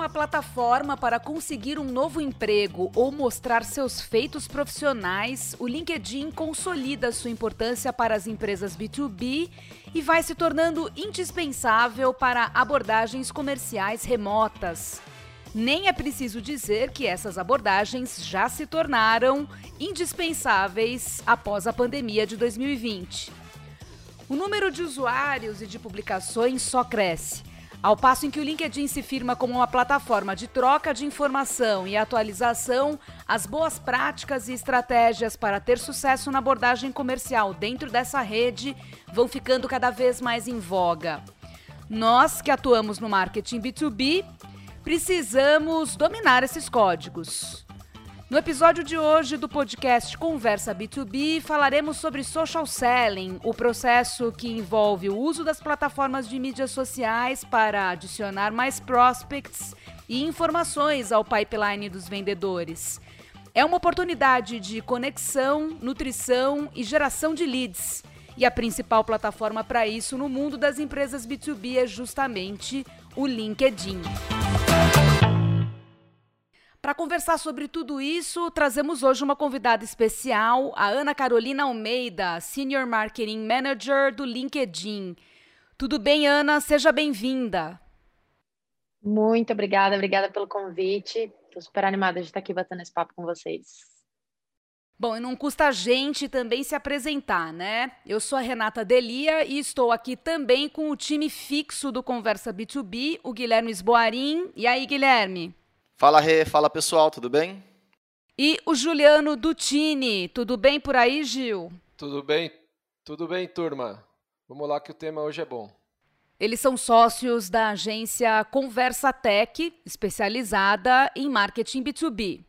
uma plataforma para conseguir um novo emprego ou mostrar seus feitos profissionais, o LinkedIn consolida sua importância para as empresas B2B e vai se tornando indispensável para abordagens comerciais remotas. Nem é preciso dizer que essas abordagens já se tornaram indispensáveis após a pandemia de 2020. O número de usuários e de publicações só cresce, ao passo em que o LinkedIn se firma como uma plataforma de troca de informação e atualização. As boas práticas e estratégias para ter sucesso na abordagem comercial dentro dessa rede vão ficando cada vez mais em voga. Nós que atuamos no marketing B2B, precisamos dominar esses códigos. No episódio de hoje do podcast Conversa B2B, falaremos sobre social selling, o processo que envolve o uso das plataformas de mídias sociais para adicionar mais prospects e informações ao pipeline dos vendedores. É uma oportunidade de conexão, nutrição e geração de leads. E a principal plataforma para isso no mundo das empresas B2B é justamente o LinkedIn. Para conversar sobre tudo isso, trazemos hoje uma convidada especial, a Ana Carolina Almeida, Senior Marketing Manager do LinkedIn. Tudo bem, Ana? Seja bem-vinda. Muito obrigada pelo convite. Estou super animada de estar aqui batendo esse papo com vocês. Bom, e não custa a gente também se apresentar, né? Eu sou a Renata Delia e estou aqui também com o time fixo do Conversa B2B, o Guilherme Esboarim. E aí, Guilherme? Fala, Rê. Fala, pessoal. Tudo bem? E o Juliano Dutini. Tudo bem por aí, Gil? Tudo bem, turma. Vamos lá que o tema hoje é bom. Eles são sócios da agência Conversa Tech, especializada em marketing B2B.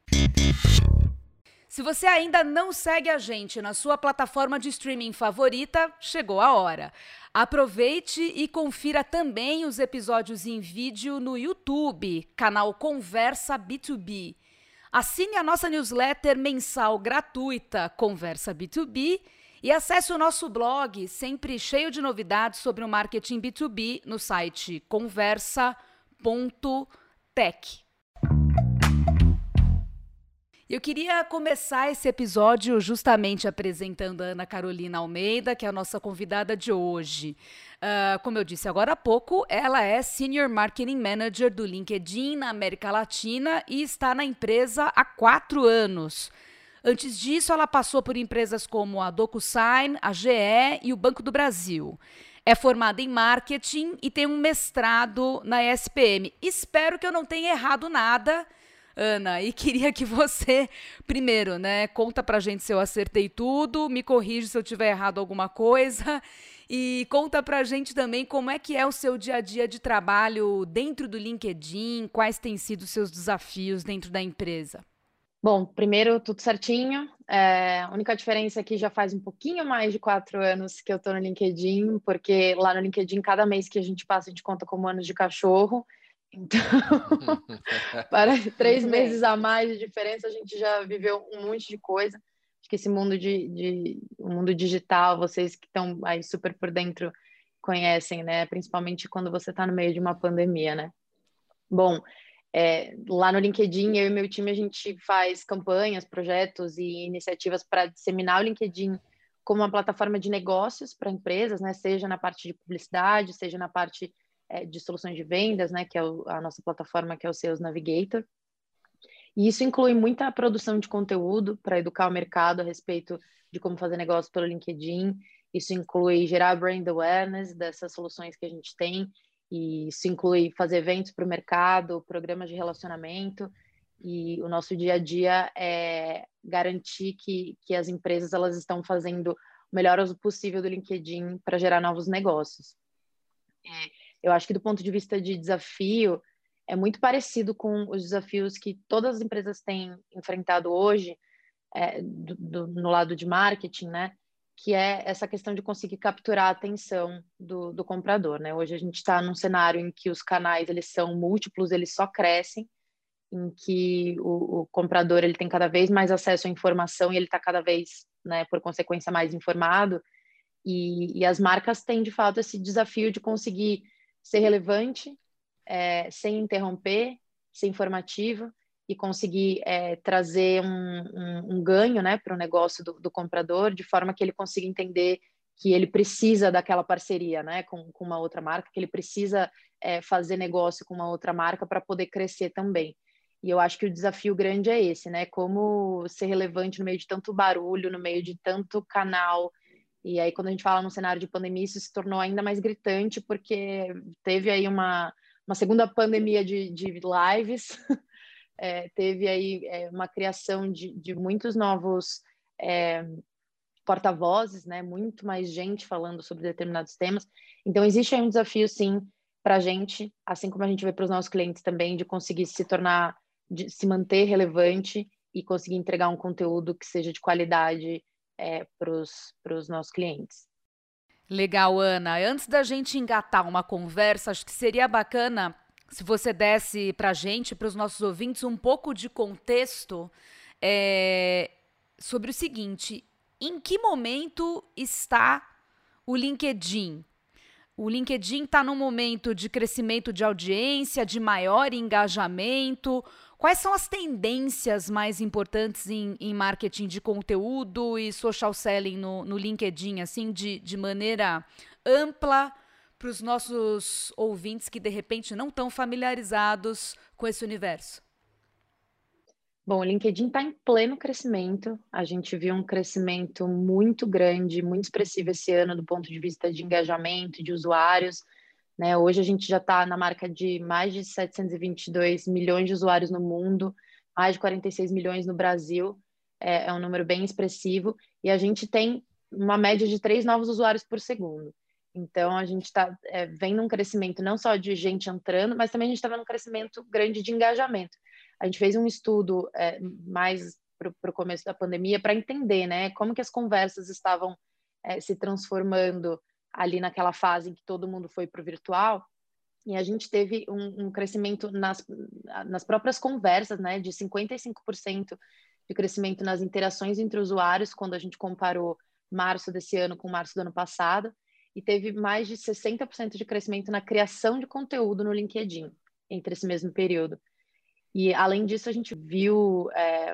Se você ainda não segue a gente na sua plataforma de streaming favorita, chegou a hora. Aproveite e confira também os episódios em vídeo no YouTube, canal Conversa B2B. Assine a nossa newsletter mensal gratuita Conversa B2B e acesse o nosso blog, sempre cheio de novidades sobre o marketing B2B, no site conversa.tech. Eu queria começar esse episódio justamente apresentando a Ana Carolina Almeida, que é a nossa convidada de hoje. Como eu disse agora há pouco, ela é Senior Marketing Manager do LinkedIn na América Latina e está na empresa há 4 anos. Antes disso, ela passou por empresas como a DocuSign, a GE e o Banco do Brasil. É formada em marketing e tem um mestrado na ESPM. Espero que eu não tenha errado nada, Ana, e queria que você, primeiro, conta pra gente se eu acertei tudo, me corrige se eu tiver errado alguma coisa e conta pra gente também como é que é o seu dia a dia de trabalho dentro do LinkedIn, quais têm sido os seus desafios dentro da empresa. Bom, primeiro, tudo certinho. A única diferença é que já faz um pouquinho mais de 4 anos que eu tô no LinkedIn, porque lá no LinkedIn, cada mês que a gente passa, a gente conta como anos de cachorro. Então, para 3 meses a mais de diferença, a gente já viveu um monte de coisa. Acho que esse mundo o mundo digital, vocês que estão aí super por dentro conhecem, né? Principalmente quando você está no meio de uma pandemia, né? Bom, lá no LinkedIn, eu e meu time, a gente faz campanhas, projetos e iniciativas para disseminar o LinkedIn como uma plataforma de negócios para empresas, né? Seja na parte de publicidade, seja na parte de soluções de vendas, né, que é a nossa plataforma, que é o Sales Navigator. E isso inclui muita produção de conteúdo para educar o mercado a respeito de como fazer negócio pelo LinkedIn. Isso inclui gerar brand awareness dessas soluções que a gente tem. E isso inclui fazer eventos para o mercado, programas de relacionamento. E o nosso dia a dia é garantir que as empresas elas estão fazendo o melhor uso possível do LinkedIn para gerar novos negócios. Eu acho que do ponto de vista de desafio, é muito parecido com os desafios que todas as empresas têm enfrentado hoje, no lado de marketing, né? Que é essa questão de conseguir capturar a atenção do comprador, né? Hoje a gente está num cenário em que os canais eles são múltiplos, eles só crescem, em que o comprador ele tem cada vez mais acesso à informação e ele está cada vez, né, por consequência, mais informado. E as marcas têm, de fato, esse desafio de conseguir ser relevante sem interromper, ser informativo e conseguir trazer um ganho, né, para o negócio do comprador, de forma que ele consiga entender que ele precisa daquela parceria, né, com uma outra marca, que ele precisa fazer negócio com uma outra marca para poder crescer também. E eu acho que o desafio grande é esse, né, como ser relevante no meio de tanto barulho, no meio de tanto canal. E aí, quando a gente fala num cenário de pandemia, isso se tornou ainda mais gritante, porque teve aí uma segunda pandemia de lives, teve aí uma criação de muitos novos porta-vozes, né? Muito mais gente falando sobre determinados temas. Então, existe aí um desafio, sim, para a gente, assim como a gente vê para os nossos clientes também, de conseguir se tornar, de se manter relevante e conseguir entregar um conteúdo que seja de qualidade para os nossos clientes. Legal, Ana. Antes da gente engatar uma conversa, acho que seria bacana se você desse para a gente, para os nossos ouvintes, um pouco de contexto sobre o seguinte: em que momento está o LinkedIn? O LinkedIn está num momento de crescimento de audiência, de maior engajamento. Quais são as tendências mais importantes em marketing de conteúdo e social selling no LinkedIn, assim, de maneira ampla, para os nossos ouvintes que, de repente, não estão familiarizados com esse universo? Bom, o LinkedIn está em pleno crescimento. A gente viu um crescimento muito grande, muito expressivo esse ano do ponto de vista de engajamento, de usuários, né? Hoje a gente já está na marca de mais de 722 milhões de usuários no mundo, mais de 46 milhões no Brasil. É um número bem expressivo. E a gente tem uma média de 3 novos usuários por segundo. Então, a gente está vendo um crescimento não só de gente entrando, mas também a gente está vendo um crescimento grande de engajamento. A gente fez um estudo mais para o começo da pandemia para entender, né, como que as conversas estavam se transformando ali naquela fase em que todo mundo foi para o virtual. E a gente teve um crescimento nas próprias conversas, né, de 55% de crescimento nas interações entre usuários, quando a gente comparou março desse ano com março do ano passado, e teve mais de 60% de crescimento na criação de conteúdo no LinkedIn, entre esse mesmo período. E, além disso, a gente viu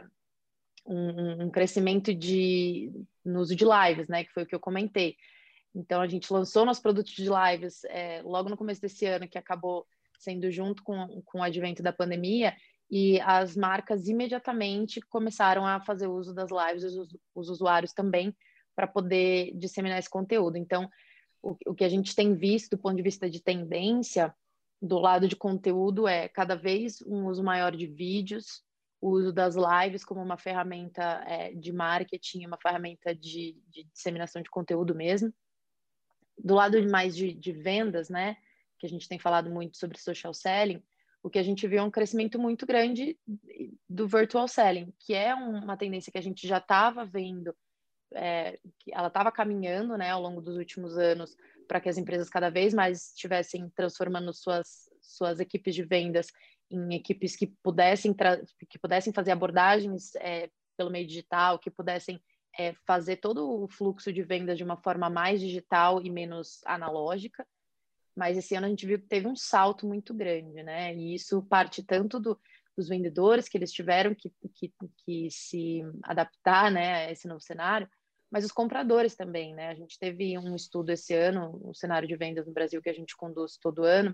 um crescimento no uso de lives, né, que foi o que eu comentei. Então, a gente lançou nosso produto de lives logo no começo desse ano, que acabou sendo junto com o advento da pandemia, e as marcas imediatamente começaram a fazer uso das lives, os usuários também, para poder disseminar esse conteúdo. Então, o que a gente tem visto do ponto de vista de tendência, do lado de conteúdo, é cada vez um uso maior de vídeos, o uso das lives como uma ferramenta de marketing, uma ferramenta de disseminação de conteúdo mesmo. Do lado mais de vendas, né, que a gente tem falado muito sobre social selling, o que a gente viu é um crescimento muito grande do virtual selling, que é uma tendência que a gente já estava vendo, que ela estava caminhando, né, ao longo dos últimos anos, para que as empresas cada vez mais estivessem transformando suas equipes de vendas em equipes que pudessem fazer abordagens pelo meio digital, que pudessem fazer todo o fluxo de vendas de uma forma mais digital e menos analógica. Mas esse ano a gente viu que teve um salto muito grande, né? E isso parte tanto dos vendedores, que eles tiveram que se adaptar, né, a esse novo cenário, mas os compradores também, né? A gente teve um estudo esse ano, um cenário de vendas no Brasil que a gente conduz todo ano,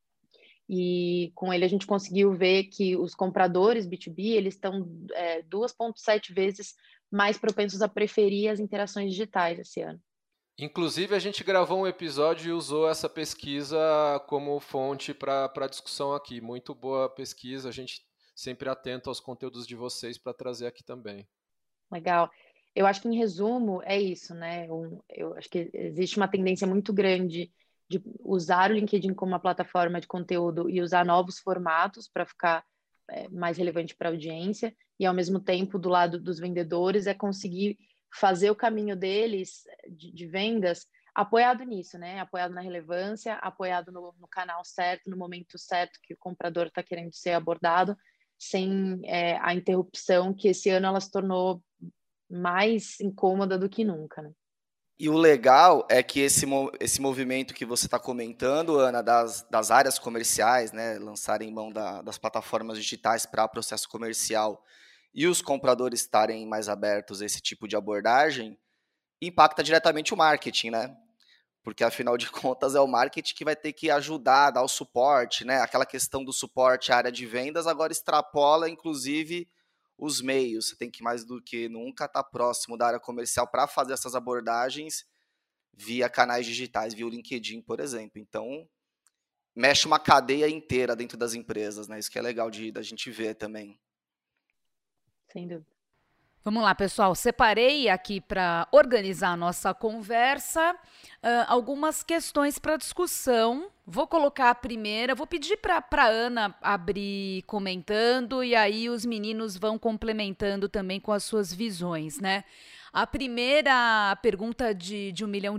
e com ele a gente conseguiu ver que os compradores B2B, eles estão 2,7 vezes mais propensos a preferir as interações digitais esse ano. Inclusive, a gente gravou um episódio e usou essa pesquisa como fonte para a discussão aqui. Muito boa pesquisa, a gente sempre atento aos conteúdos de vocês para trazer aqui também. Legal. Eu acho que, em resumo, é isso, né? Eu acho que existe uma tendência muito grande de usar o LinkedIn como uma plataforma de conteúdo e usar novos formatos para ficar mais relevante para a audiência, e, ao mesmo tempo, do lado dos vendedores, é conseguir fazer o caminho deles de vendas apoiado nisso, né? Apoiado na relevância, apoiado no canal certo, no momento certo que o comprador está querendo ser abordado, sem a interrupção que esse ano ela se tornou mais incômoda do que nunca, né? E o legal é que esse movimento que você está comentando, Ana, das áreas comerciais, né, lançarem mão das plataformas digitais para processo comercial e os compradores estarem mais abertos a esse tipo de abordagem, impacta diretamente o marketing, né? Porque, afinal de contas, é o marketing que vai ter que ajudar, dar o suporte, né? Aquela questão do suporte à área de vendas agora extrapola, inclusive, os meios. Você tem que, mais do que nunca, estar próximo da área comercial para fazer essas abordagens via canais digitais, via o LinkedIn, por exemplo. Então, mexe uma cadeia inteira dentro das empresas, né? Isso que é legal da gente ver também. Sem dúvida. Vamos lá, pessoal. Separei aqui para organizar a nossa conversa algumas questões para discussão. Vou colocar a primeira, vou pedir para a Ana abrir comentando e aí os meninos vão complementando também com as suas visões, né? A primeira pergunta de $1 milhão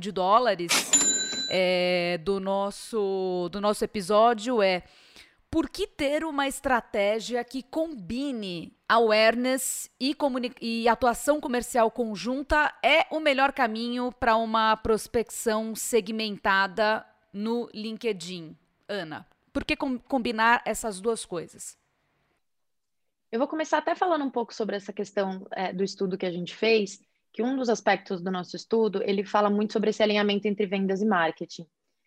do nosso episódio é: por que ter uma estratégia que combine awareness e atuação comercial conjunta é o melhor caminho para uma prospecção segmentada no LinkedIn? Ana, por que combinar essas duas coisas? Eu vou começar até falando um pouco sobre essa questão do estudo que a gente fez, que um dos aspectos do nosso estudo, ele fala muito sobre esse alinhamento entre vendas e marketing.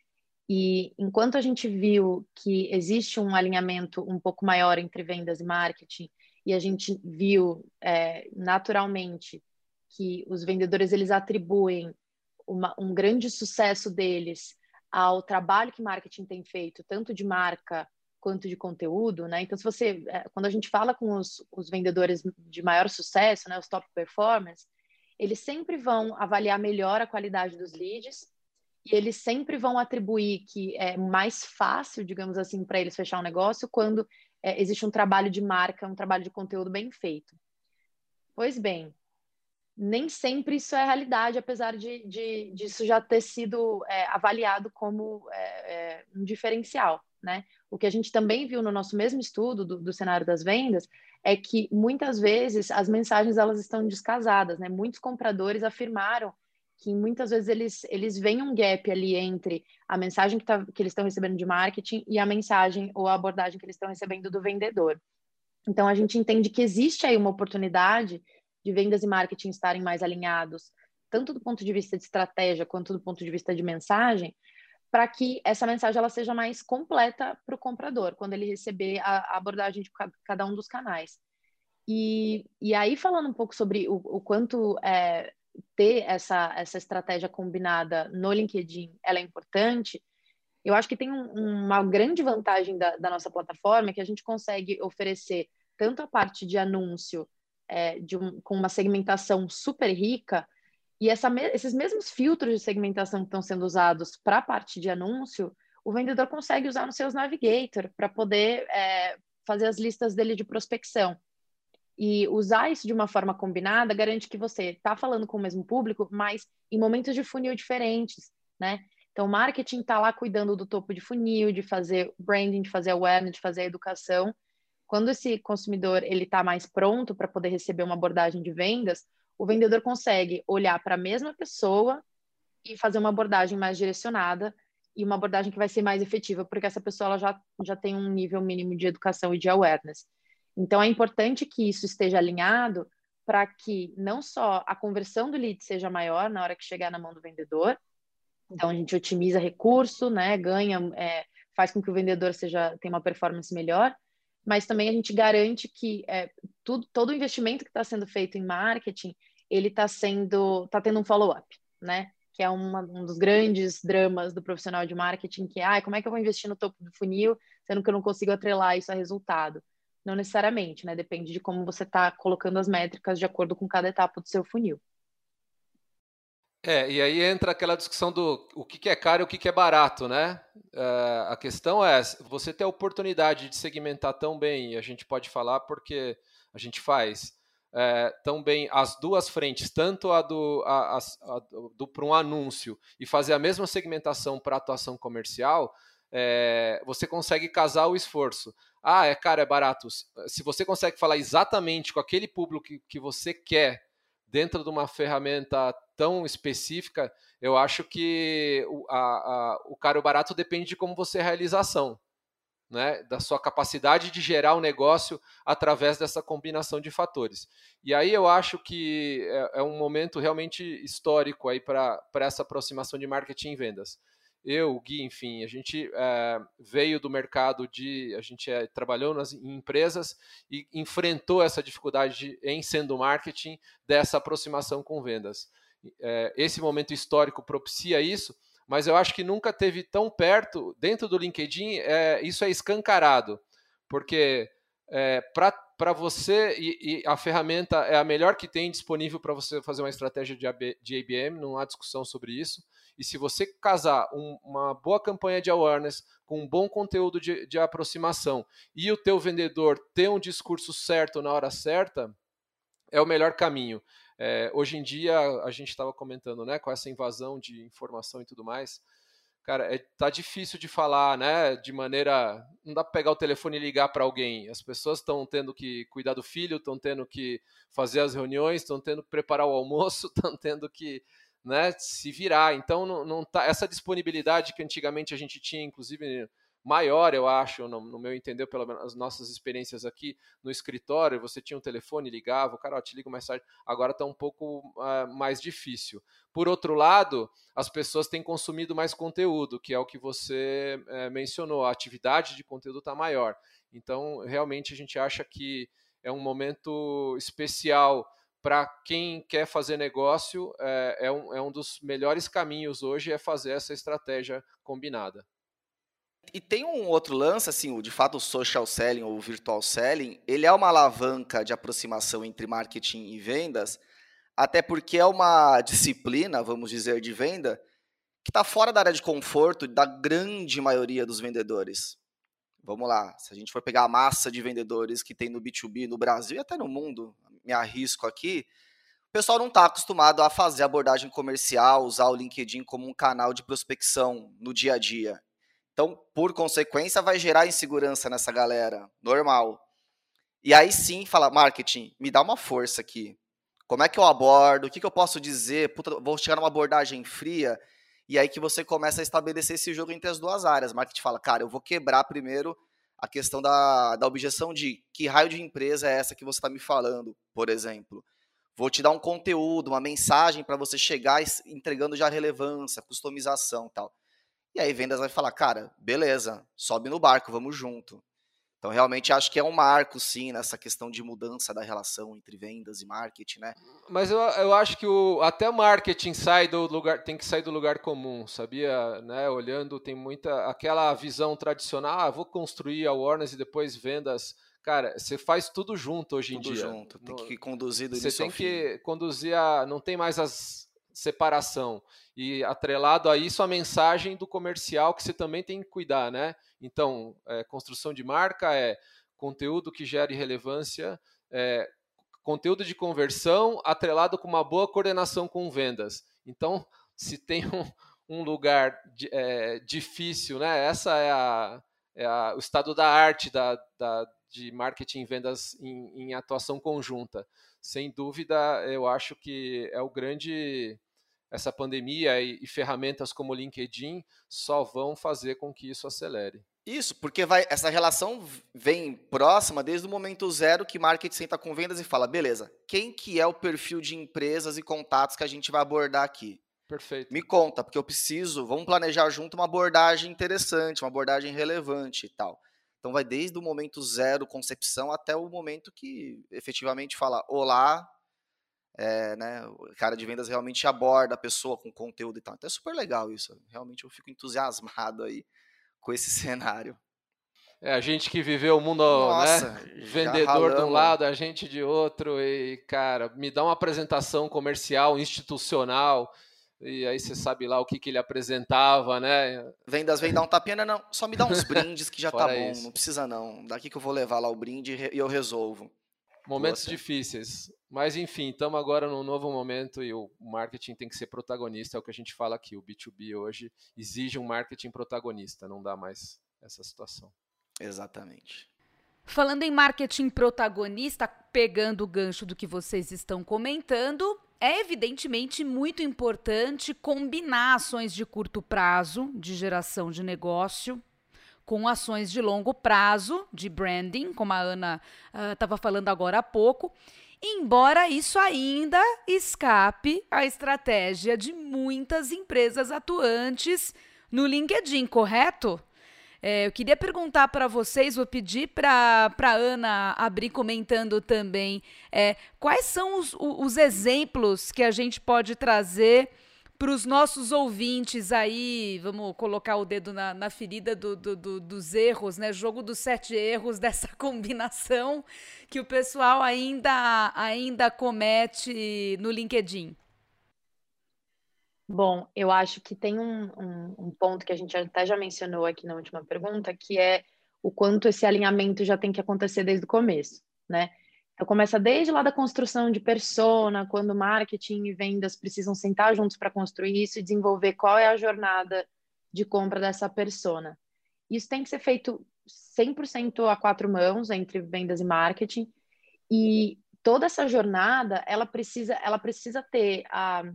E enquanto a gente viu que existe um alinhamento um pouco maior entre vendas e marketing, e a gente viu naturalmente que os vendedores eles atribuem um grande sucesso deles ao trabalho que marketing tem feito, tanto de marca quanto de conteúdo, né? Então, quando a gente fala com os vendedores de maior sucesso, né, os top performers, eles sempre vão avaliar melhor a qualidade dos leads e eles sempre vão atribuir que é mais fácil, digamos assim, para eles fechar um negócio quando existe um trabalho de marca, um trabalho de conteúdo bem feito. Pois bem, nem sempre isso é a realidade, apesar disso já ter sido avaliado como um diferencial, né? O que a gente também viu no nosso mesmo estudo do cenário das vendas é que muitas vezes as mensagens elas estão descasadas, né? Muitos compradores afirmaram que muitas vezes eles veem um gap ali entre a mensagem que eles estão recebendo de marketing e a mensagem ou a abordagem que eles estão recebendo do vendedor. Então, a gente entende que existe aí uma oportunidade de vendas e marketing estarem mais alinhados, tanto do ponto de vista de estratégia quanto do ponto de vista de mensagem, para que essa mensagem ela seja mais completa para o comprador, quando ele receber a abordagem de cada um dos canais. E aí, falando um pouco sobre o quanto ter essa estratégia combinada no LinkedIn ela é importante, eu acho que tem uma grande vantagem da nossa plataforma, que a gente consegue oferecer tanto a parte de anúncio com uma segmentação super rica, e esses mesmos filtros de segmentação que estão sendo usados para a parte de anúncio, o vendedor consegue usar nos seus Navigator para poder fazer as listas dele de prospecção. E usar isso de uma forma combinada garante que você está falando com o mesmo público, mas em momentos de funil diferentes, né? Então, o marketing está lá cuidando do topo de funil, de fazer branding, de fazer awareness, de fazer a educação. Quando esse consumidor ele está mais pronto para poder receber uma abordagem de vendas, o vendedor consegue olhar para a mesma pessoa e fazer uma abordagem mais direcionada e uma abordagem que vai ser mais efetiva, porque essa pessoa ela já tem um nível mínimo de educação e de awareness. Então, é importante que isso esteja alinhado para que não só a conversão do lead seja maior na hora que chegar na mão do vendedor, então a gente otimiza recurso, né, faz com que o vendedor tenha uma performance melhor, mas também a gente garante que todo o investimento que está sendo feito em marketing, ele está tendo um follow-up, né? Que é um dos grandes dramas do profissional de marketing, que é como é que eu vou investir no topo do funil, sendo que eu não consigo atrelar isso a resultado? Não necessariamente, né? Depende de como você está colocando as métricas de acordo com cada etapa do seu funil. E aí entra aquela discussão do o que é caro e o que é barato, né? A questão é, você ter a oportunidade de segmentar tão bem, e a gente pode falar porque a gente faz tão bem as duas frentes, tanto para um anúncio e fazer a mesma segmentação para atuação comercial, você consegue casar o esforço. É caro, é barato. Se você consegue falar exatamente com aquele público que você quer, dentro de uma ferramenta tão específica, eu acho que o caro e o barato depende de como você realiza a ação, né, da sua capacidade de gerar um negócio através dessa combinação de fatores. E aí eu acho que é um momento realmente histórico aí para essa aproximação de marketing e vendas. Eu, o Gui, enfim, a gente veio do mercado a gente trabalhou em empresas e enfrentou essa dificuldade em sendo marketing dessa aproximação com vendas. Esse momento histórico propicia isso, mas eu acho que nunca teve tão perto, dentro do LinkedIn, isso é escancarado, porque para você, e a ferramenta é a melhor que tem disponível para você fazer uma estratégia de ABM, não há discussão sobre isso, e se você casar uma boa campanha de awareness com um bom conteúdo de aproximação e o teu vendedor ter um discurso certo na hora certa, é o melhor caminho. Hoje em dia, a gente estava comentando, né, com essa invasão de informação e tudo mais, cara, tá difícil de falar, né, de maneira... Não dá para pegar o telefone e ligar para alguém. As pessoas estão tendo que cuidar do filho, estão tendo que fazer as reuniões, estão tendo que preparar o almoço, estão tendo que, né, se virar. Então, não tá, essa disponibilidade que antigamente a gente tinha, inclusive maior, eu acho, no meu entender, pelas nossas experiências aqui no escritório, você tinha um telefone, ligava, o cara, te liga mais tarde, agora está um pouco mais difícil. Por outro lado, as pessoas têm consumido mais conteúdo, que é o que você mencionou, a atividade de conteúdo está maior. Então, realmente, a gente acha que é um momento especial para quem quer fazer negócio, é um dos melhores caminhos hoje é fazer essa estratégia combinada. E tem um outro lance, assim, de fato o social selling ou o virtual selling, ele é uma alavanca de aproximação entre marketing e vendas, até porque é uma disciplina, vamos dizer, de venda, que está fora da área de conforto da grande maioria dos vendedores. Vamos lá, se a gente for pegar a massa de vendedores que tem no B2B no Brasil e até no mundo, me arrisco aqui, o pessoal não está acostumado a fazer abordagem comercial, usar o LinkedIn como um canal de prospecção no dia a dia. Então, por consequência, vai gerar insegurança nessa galera, normal. E aí sim, fala, marketing, me dá uma força aqui. Como é que eu abordo? O que eu posso dizer? Puta, vou chegar numa abordagem fria. E aí que você começa a estabelecer esse jogo entre as duas áreas. Marketing fala, cara, eu vou quebrar primeiro a questão da objeção de que raio de empresa é essa que você está me falando, por exemplo. Vou te dar um conteúdo, uma mensagem para você chegar entregando já relevância, customização e tal. E aí vendas vai falar, cara, beleza, sobe no barco, vamos junto. Então, realmente, acho que é um marco, sim, nessa questão de mudança da relação entre vendas e marketing, né? Mas eu acho que até o marketing tem que sair do lugar comum, sabia? Né? Olhando, tem muita... Aquela visão tradicional, vou construir awareness e depois vendas. Cara, você faz tudo junto hoje em dia. Tudo junto, tem que conduzir do Você início ao fim. tem que conduzir não tem mais separação. E atrelado a isso, a mensagem do comercial que você também tem que cuidar, né? Então, construção de marca conteúdo que gere relevância, conteúdo de conversão atrelado com uma boa coordenação com vendas. Então, se tem um lugar difícil, né? Essa o estado da arte de marketing e vendas em atuação conjunta. Sem dúvida, eu acho que essa pandemia e ferramentas como o LinkedIn só vão fazer com que isso acelere. Isso, porque essa relação vem próxima desde o momento zero que marketing senta com vendas e fala, beleza, quem que é o perfil de empresas e contatos que a gente vai abordar aqui? Perfeito. Me conta, porque eu preciso, vamos planejar junto uma abordagem interessante, uma abordagem relevante e tal. Então vai desde o momento zero, concepção, até o momento que efetivamente fala, olá, né, o cara de vendas realmente aborda a pessoa com conteúdo e tal. Então é super legal isso, realmente eu fico entusiasmado aí com esse cenário. A gente que viveu o mundo, nossa, né? Vendedor de um lado, a gente de outro, e, cara, me dá uma apresentação comercial, institucional, e aí você sabe lá o que ele apresentava, né? Vendas vem dar um tapinha, não, só me dá uns brindes que já tá bom, isso. não precisa não, daqui que eu vou levar lá o brinde e eu resolvo. Momentos difíceis, mas enfim, estamos agora num novo momento e o marketing tem que ser protagonista, é o que a gente fala aqui, o B2B hoje exige um marketing protagonista, não dá mais essa situação. Exatamente. Falando em marketing protagonista, pegando o gancho do que vocês estão comentando, é evidentemente muito importante combinar ações de curto prazo, de geração de negócio, com ações de longo prazo, de branding, como a Ana estava falando agora há pouco, embora isso ainda escape à estratégia de muitas empresas atuantes no LinkedIn, correto? Eu queria perguntar para vocês, vou pedir para a Ana abrir comentando também, quais são os exemplos que a gente pode trazer para os nossos ouvintes aí, vamos colocar o dedo na ferida dos erros, né? Jogo dos 7 erros dessa combinação que o pessoal ainda comete no LinkedIn. Bom, eu acho que tem um ponto que a gente até já mencionou aqui na última pergunta, que é o quanto esse alinhamento já tem que acontecer desde o começo, né? Então, começa desde lá da construção de persona, quando marketing e vendas precisam sentar juntos para construir isso e desenvolver qual é a jornada de compra dessa persona. Isso tem que ser feito 100% a 4 mãos, entre vendas e marketing, e toda essa jornada, ela precisa ter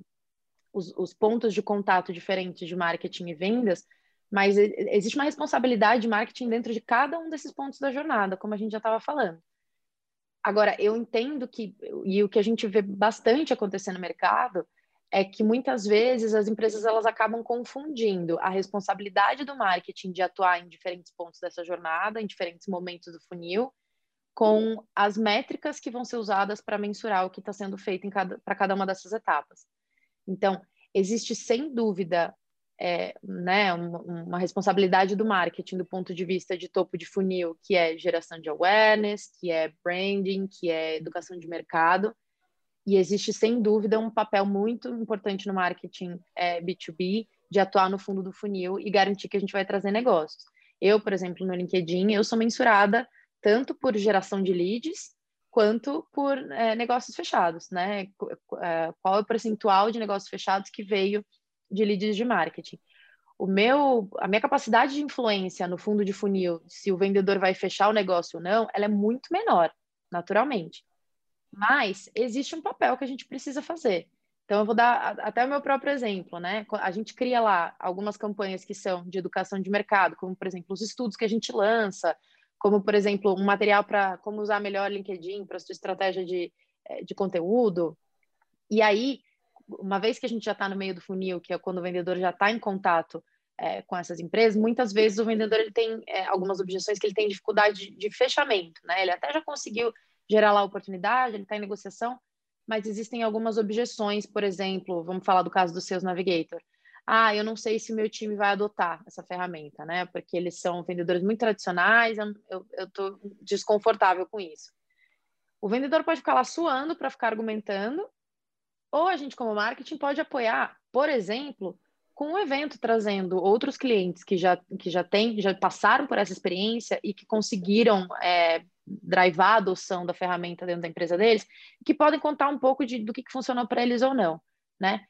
os pontos de contato diferentes de marketing e vendas, mas existe uma responsabilidade de marketing dentro de cada um desses pontos da jornada, como a gente já estava falando. Agora, eu entendo que, e o que a gente vê bastante acontecer no mercado, é que muitas vezes as empresas elas acabam confundindo a responsabilidade do marketing de atuar em diferentes pontos dessa jornada, em diferentes momentos do funil, com as métricas que vão ser usadas para mensurar o que está sendo feito para cada uma dessas etapas. Então, existe sem dúvida né, uma responsabilidade do marketing do ponto de vista de topo de funil, que é geração de awareness, que é branding, que é educação de mercado. E existe sem dúvida um papel muito importante no marketing B2B de atuar no fundo do funil e garantir que a gente vai trazer negócios. Eu, por exemplo, no LinkedIn, eu sou mensurada tanto por geração de leads quanto por negócios fechados, né? Qual é o percentual de negócios fechados que veio de leads de marketing? A minha capacidade de influência no fundo de funil, se o vendedor vai fechar o negócio ou não, ela é muito menor, naturalmente. Mas existe um papel que a gente precisa fazer. Então, eu vou dar até o meu próprio exemplo, né? A gente cria lá algumas campanhas que são de educação de mercado, como, por exemplo, os estudos que a gente lança, como, por exemplo, um material para como usar melhor LinkedIn para a sua estratégia de conteúdo. E aí, uma vez que a gente já está no meio do funil, que é quando o vendedor já está em contato com essas empresas, muitas vezes o vendedor ele tem algumas objeções que ele tem dificuldade de fechamento, né? Ele até já conseguiu gerar lá a oportunidade, ele está em negociação, mas existem algumas objeções, por exemplo, vamos falar do caso do Sales Navigator. Eu não sei se o meu time vai adotar essa ferramenta, né? Porque eles são vendedores muito tradicionais, eu estou desconfortável com isso. O vendedor pode ficar lá suando para ficar argumentando, ou a gente, como marketing, pode apoiar, por exemplo, com um evento trazendo outros clientes que já passaram por essa experiência e que conseguiram drivar a adoção da ferramenta dentro da empresa deles, que podem contar um pouco do que funcionou para eles ou não, né?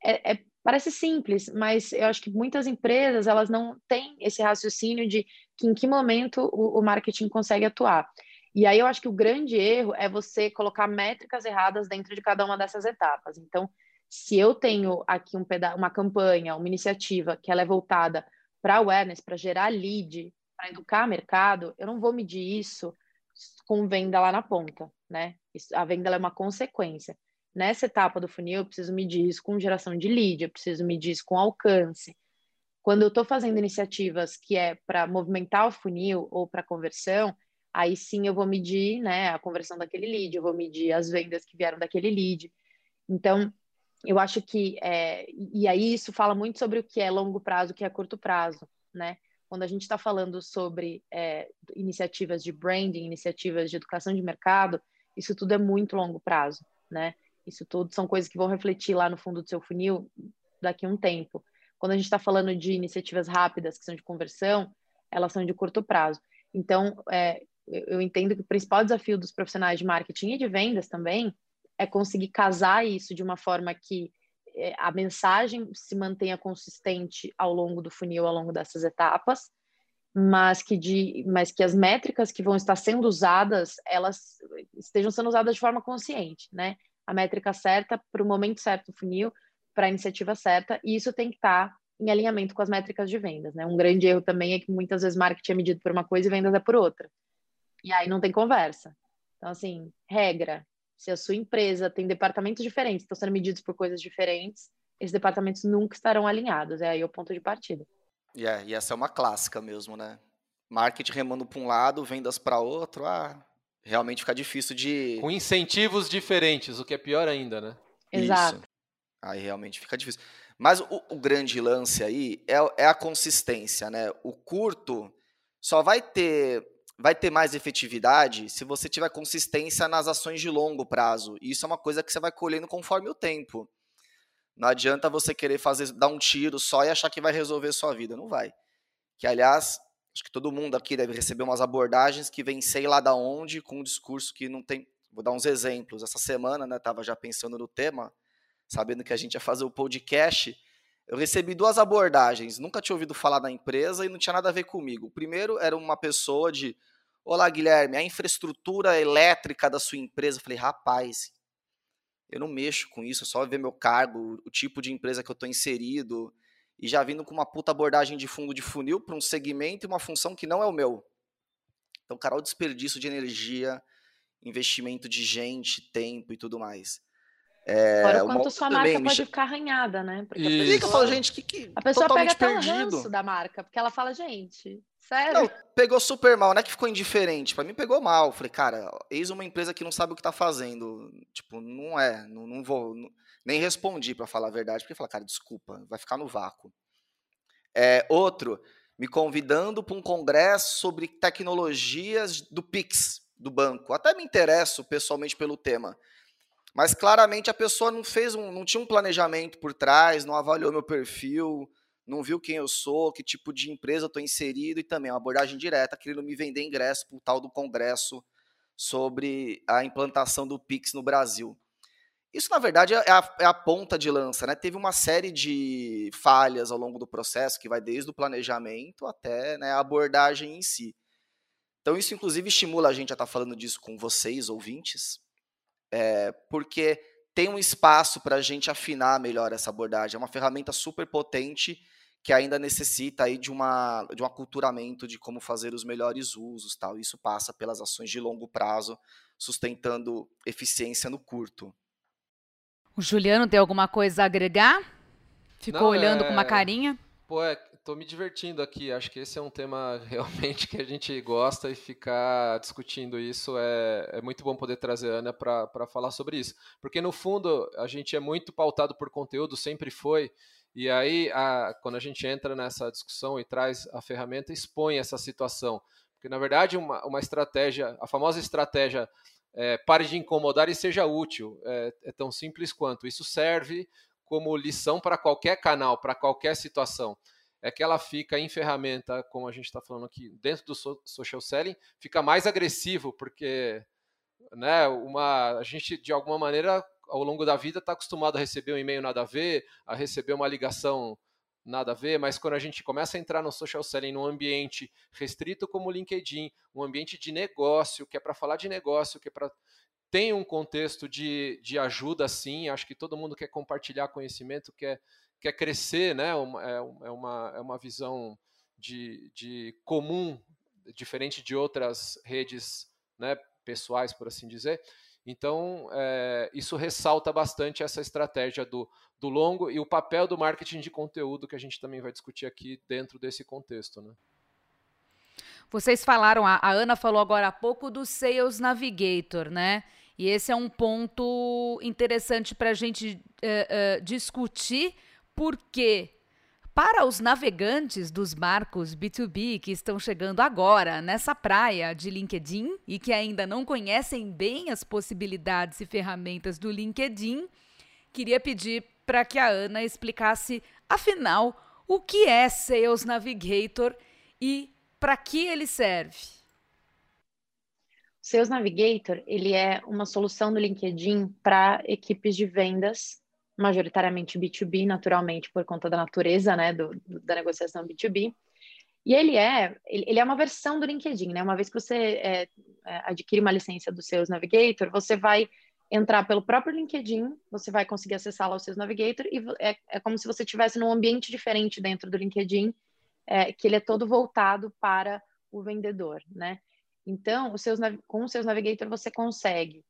Parece simples, mas eu acho que muitas empresas elas não têm esse raciocínio de que em que momento o marketing consegue atuar. E aí eu acho que o grande erro é você colocar métricas erradas dentro de cada uma dessas etapas. Então, se eu tenho aqui uma campanha, uma iniciativa que ela é voltada para awareness, para gerar lead, para educar mercado, eu não vou medir isso com venda lá na ponta, né? A venda é uma consequência. Nessa etapa do funil, eu preciso medir isso com geração de lead, eu preciso medir isso com alcance. Quando eu estou fazendo iniciativas que é para movimentar o funil ou para conversão, aí sim eu vou medir, né, a conversão daquele lead, eu vou medir as vendas que vieram daquele lead. Então, eu acho que... e aí isso fala muito sobre o que é longo prazo, o que é curto prazo, né? Quando a gente está falando sobre iniciativas de branding, iniciativas de educação de mercado, isso tudo é muito longo prazo, né? Isso tudo são coisas que vão refletir lá no fundo do seu funil daqui a um tempo. Quando a gente está falando de iniciativas rápidas, que são de conversão, elas são de curto prazo. Então, eu entendo que o principal desafio dos profissionais de marketing e de vendas também é conseguir casar isso de uma forma que a mensagem se mantenha consistente ao longo do funil, ao longo dessas etapas, mas que as métricas que vão estar sendo usadas, elas estejam sendo usadas de forma consciente, né? A métrica certa para o momento certo do funil, para a iniciativa certa, e isso tem que estar em alinhamento com as métricas de vendas, né? Um grande erro também é que muitas vezes marketing é medido por uma coisa e vendas é por outra. E aí não tem conversa. Então, assim, regra, se a sua empresa tem departamentos diferentes, estão sendo medidos por coisas diferentes, esses departamentos nunca estarão alinhados. É aí o ponto de partida. E essa é uma clássica mesmo, né? Marketing remando para um lado, vendas para outro, realmente fica difícil de... Com incentivos diferentes, o que é pior ainda, né? Exato. Isso. Aí realmente fica difícil. Mas o grande lance aí é a consistência, né? O curto só vai ter mais efetividade se você tiver consistência nas ações de longo prazo. E isso é uma coisa que você vai colhendo conforme o tempo. Não adianta você querer dar um tiro só e achar que vai resolver sua vida. Não vai. Que, aliás, acho que todo mundo aqui deve receber umas abordagens que vem sei lá da onde, com um discurso que não tem... Vou dar uns exemplos. Essa semana, né, estava já pensando no tema, sabendo que a gente ia fazer o podcast, eu recebi 2 abordagens. Nunca tinha ouvido falar da empresa e não tinha nada a ver comigo. O primeiro era uma pessoa de... Olá, Guilherme, a infraestrutura elétrica da sua empresa. Eu falei, rapaz... Eu não mexo com isso, é só ver meu cargo, o tipo de empresa que eu estou inserido, e já vindo com uma puta abordagem de fundo de funil para um segmento e uma função que não é o meu. Então, cara, o desperdício de energia, investimento de gente, tempo e tudo mais. Fora o quanto sua marca pode ficar arranhada, né? Porque eu falo, gente, a pessoa pega até perdido. o ranço da marca, porque ela fala, gente... Sério? Não, pegou super mal, não é que ficou indiferente. Pra mim pegou mal. Falei, cara, eis uma empresa que não sabe o que tá fazendo. Tipo, não vou. Nem respondi, pra falar a verdade, porque falei, cara, desculpa, vai ficar no vácuo. Outro, me convidando para um congresso sobre tecnologias do Pix, do banco. Até me interesso pessoalmente pelo tema. Mas claramente a pessoa não tinha um planejamento por trás, não avaliou meu perfil, não viu quem eu sou, que tipo de empresa eu estou inserido, e também uma abordagem direta, querendo me vender ingresso para o tal do congresso sobre a implantação do Pix no Brasil. Isso, na verdade, é a ponta de lança, né? Teve uma série de falhas ao longo do processo, que vai desde o planejamento até, né, a abordagem em si. Então, isso, inclusive, estimula a gente a estar falando disso com vocês, ouvintes, porque tem um espaço para a gente afinar melhor essa abordagem. É uma ferramenta super potente que ainda necessita aí de um aculturamento de como fazer os melhores usos. Tal. Isso passa pelas ações de longo prazo, sustentando eficiência no curto. O Juliano tem alguma coisa a agregar? Ficou olhando com uma carinha? Pô, tô me divertindo aqui. Acho que esse é um tema realmente que a gente gosta, e ficar discutindo isso é muito bom poder trazer a Ana para falar sobre isso. Porque, no fundo, a gente é muito pautado por conteúdo, sempre foi. E aí, quando a gente entra nessa discussão e traz a ferramenta, expõe essa situação. Porque, na verdade, uma estratégia, a famosa estratégia pare de incomodar e seja útil, é tão simples quanto. Isso serve como lição para qualquer canal, para qualquer situação. É que ela fica em ferramenta, como a gente está falando aqui, dentro do social selling, fica mais agressivo, porque, né, a gente, de alguma maneira, ao longo da vida, está acostumado a receber um e-mail nada a ver, a receber uma ligação nada a ver, mas quando a gente começa a entrar no social selling num ambiente restrito como o LinkedIn, um ambiente de negócio, que é para falar de negócio, que é para... Tem um contexto de ajuda, sim. Acho que todo mundo quer compartilhar conhecimento, quer crescer, né? É uma visão de comum, diferente de outras redes, né, pessoais, por assim dizer. Então, isso ressalta bastante essa estratégia do longo e o papel do marketing de conteúdo, que a gente também vai discutir aqui dentro desse contexto, né? Vocês falaram, a Ana falou agora há pouco do Sales Navigator, né? E esse é um ponto interessante para a gente discutir, porque para os navegantes dos barcos B2B que estão chegando agora nessa praia de LinkedIn e que ainda não conhecem bem as possibilidades e ferramentas do LinkedIn, queria pedir para que a Ana explicasse, afinal, o que é Sales Navigator e para que ele serve. O Sales Navigator, ele é uma solução do LinkedIn para equipes de vendas, majoritariamente B2B, naturalmente, por conta da natureza, né, da negociação B2B. E ele é uma versão do LinkedIn, né? Uma vez que você adquire uma licença do Sales Navigator, você vai entrar pelo próprio LinkedIn, você vai conseguir acessar lá o Sales Navigator e é como se você estivesse num ambiente diferente dentro do LinkedIn, que ele é todo voltado para o vendedor, né? Então, com o Sales Navigator você consegue,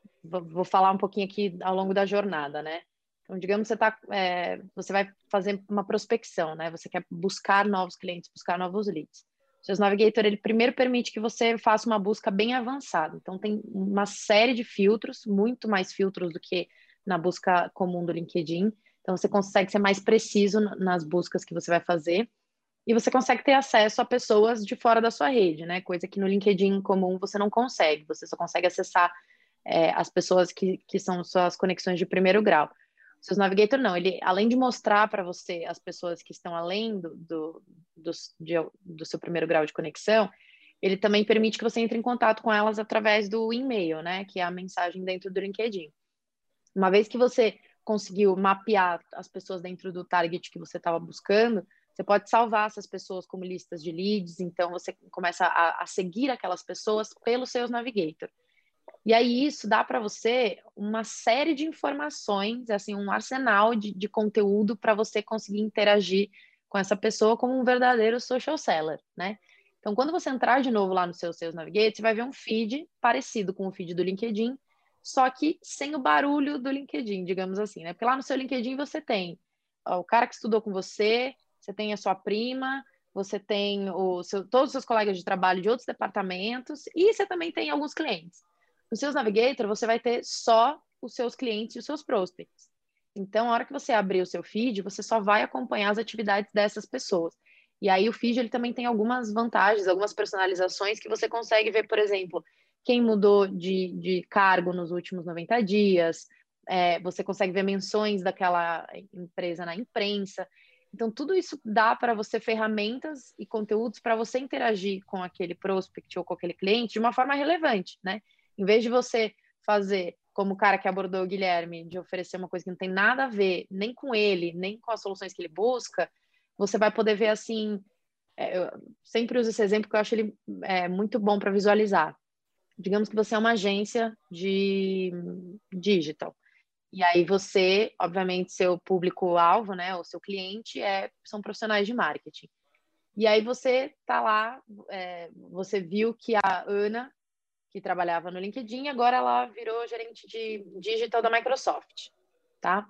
vou falar um pouquinho aqui ao longo da jornada, né? Então, digamos que você vai fazer uma prospecção, né? Você quer buscar novos clientes, buscar novos leads. O Sales Navigator, ele primeiro permite que você faça uma busca bem avançada. Então, tem uma série de filtros, muito mais filtros do que na busca comum do LinkedIn. Então, você consegue ser mais preciso nas buscas que você vai fazer. E você consegue ter acesso a pessoas de fora da sua rede, né? Coisa que no LinkedIn comum você não consegue. Você só consegue acessar as pessoas que são suas conexões de primeiro grau. O Sales Navigator não, ele além de mostrar para você as pessoas que estão além do seu primeiro grau de conexão, ele também permite que você entre em contato com elas através do e-mail, né, que é a mensagem dentro do LinkedIn. Uma vez que você conseguiu mapear as pessoas dentro do target que você estava buscando, você pode salvar essas pessoas como listas de leads, então você começa a seguir aquelas pessoas pelo Sales Navigator. E aí isso dá para você uma série de informações, assim, um arsenal de conteúdo para você conseguir interagir com essa pessoa como um verdadeiro social seller, né? Então, quando você entrar de novo lá no seu Sales Navigator, você vai ver um feed parecido com o feed do LinkedIn, só que sem o barulho do LinkedIn, digamos assim, né? Porque lá no seu LinkedIn você tem o cara que estudou com você, você tem a sua prima, você tem todos os seus colegas de trabalho de outros departamentos e você também tem alguns clientes. No Sales Navigator, você vai ter só os seus clientes e os seus prospects. Então, a hora que você abrir o seu feed, você só vai acompanhar as atividades dessas pessoas. E aí o feed ele também tem algumas vantagens, algumas personalizações que você consegue ver, por exemplo, quem mudou de cargo nos últimos 90 dias, você consegue ver menções daquela empresa na imprensa. Então, tudo isso dá para você ferramentas e conteúdos para você interagir com aquele prospect ou com aquele cliente de uma forma relevante, né? Em vez de você fazer como o cara que abordou o Guilherme, de oferecer uma coisa que não tem nada a ver nem com ele, nem com as soluções que ele busca, você vai poder ver assim. Eu sempre uso esse exemplo que eu acho ele muito bom para visualizar. Digamos que você é uma agência de digital. E aí você, obviamente, seu público-alvo, né, o seu cliente são profissionais de marketing. E aí você tá lá, você viu que a Ana, que trabalhava no LinkedIn, agora ela virou gerente de digital da Microsoft, tá?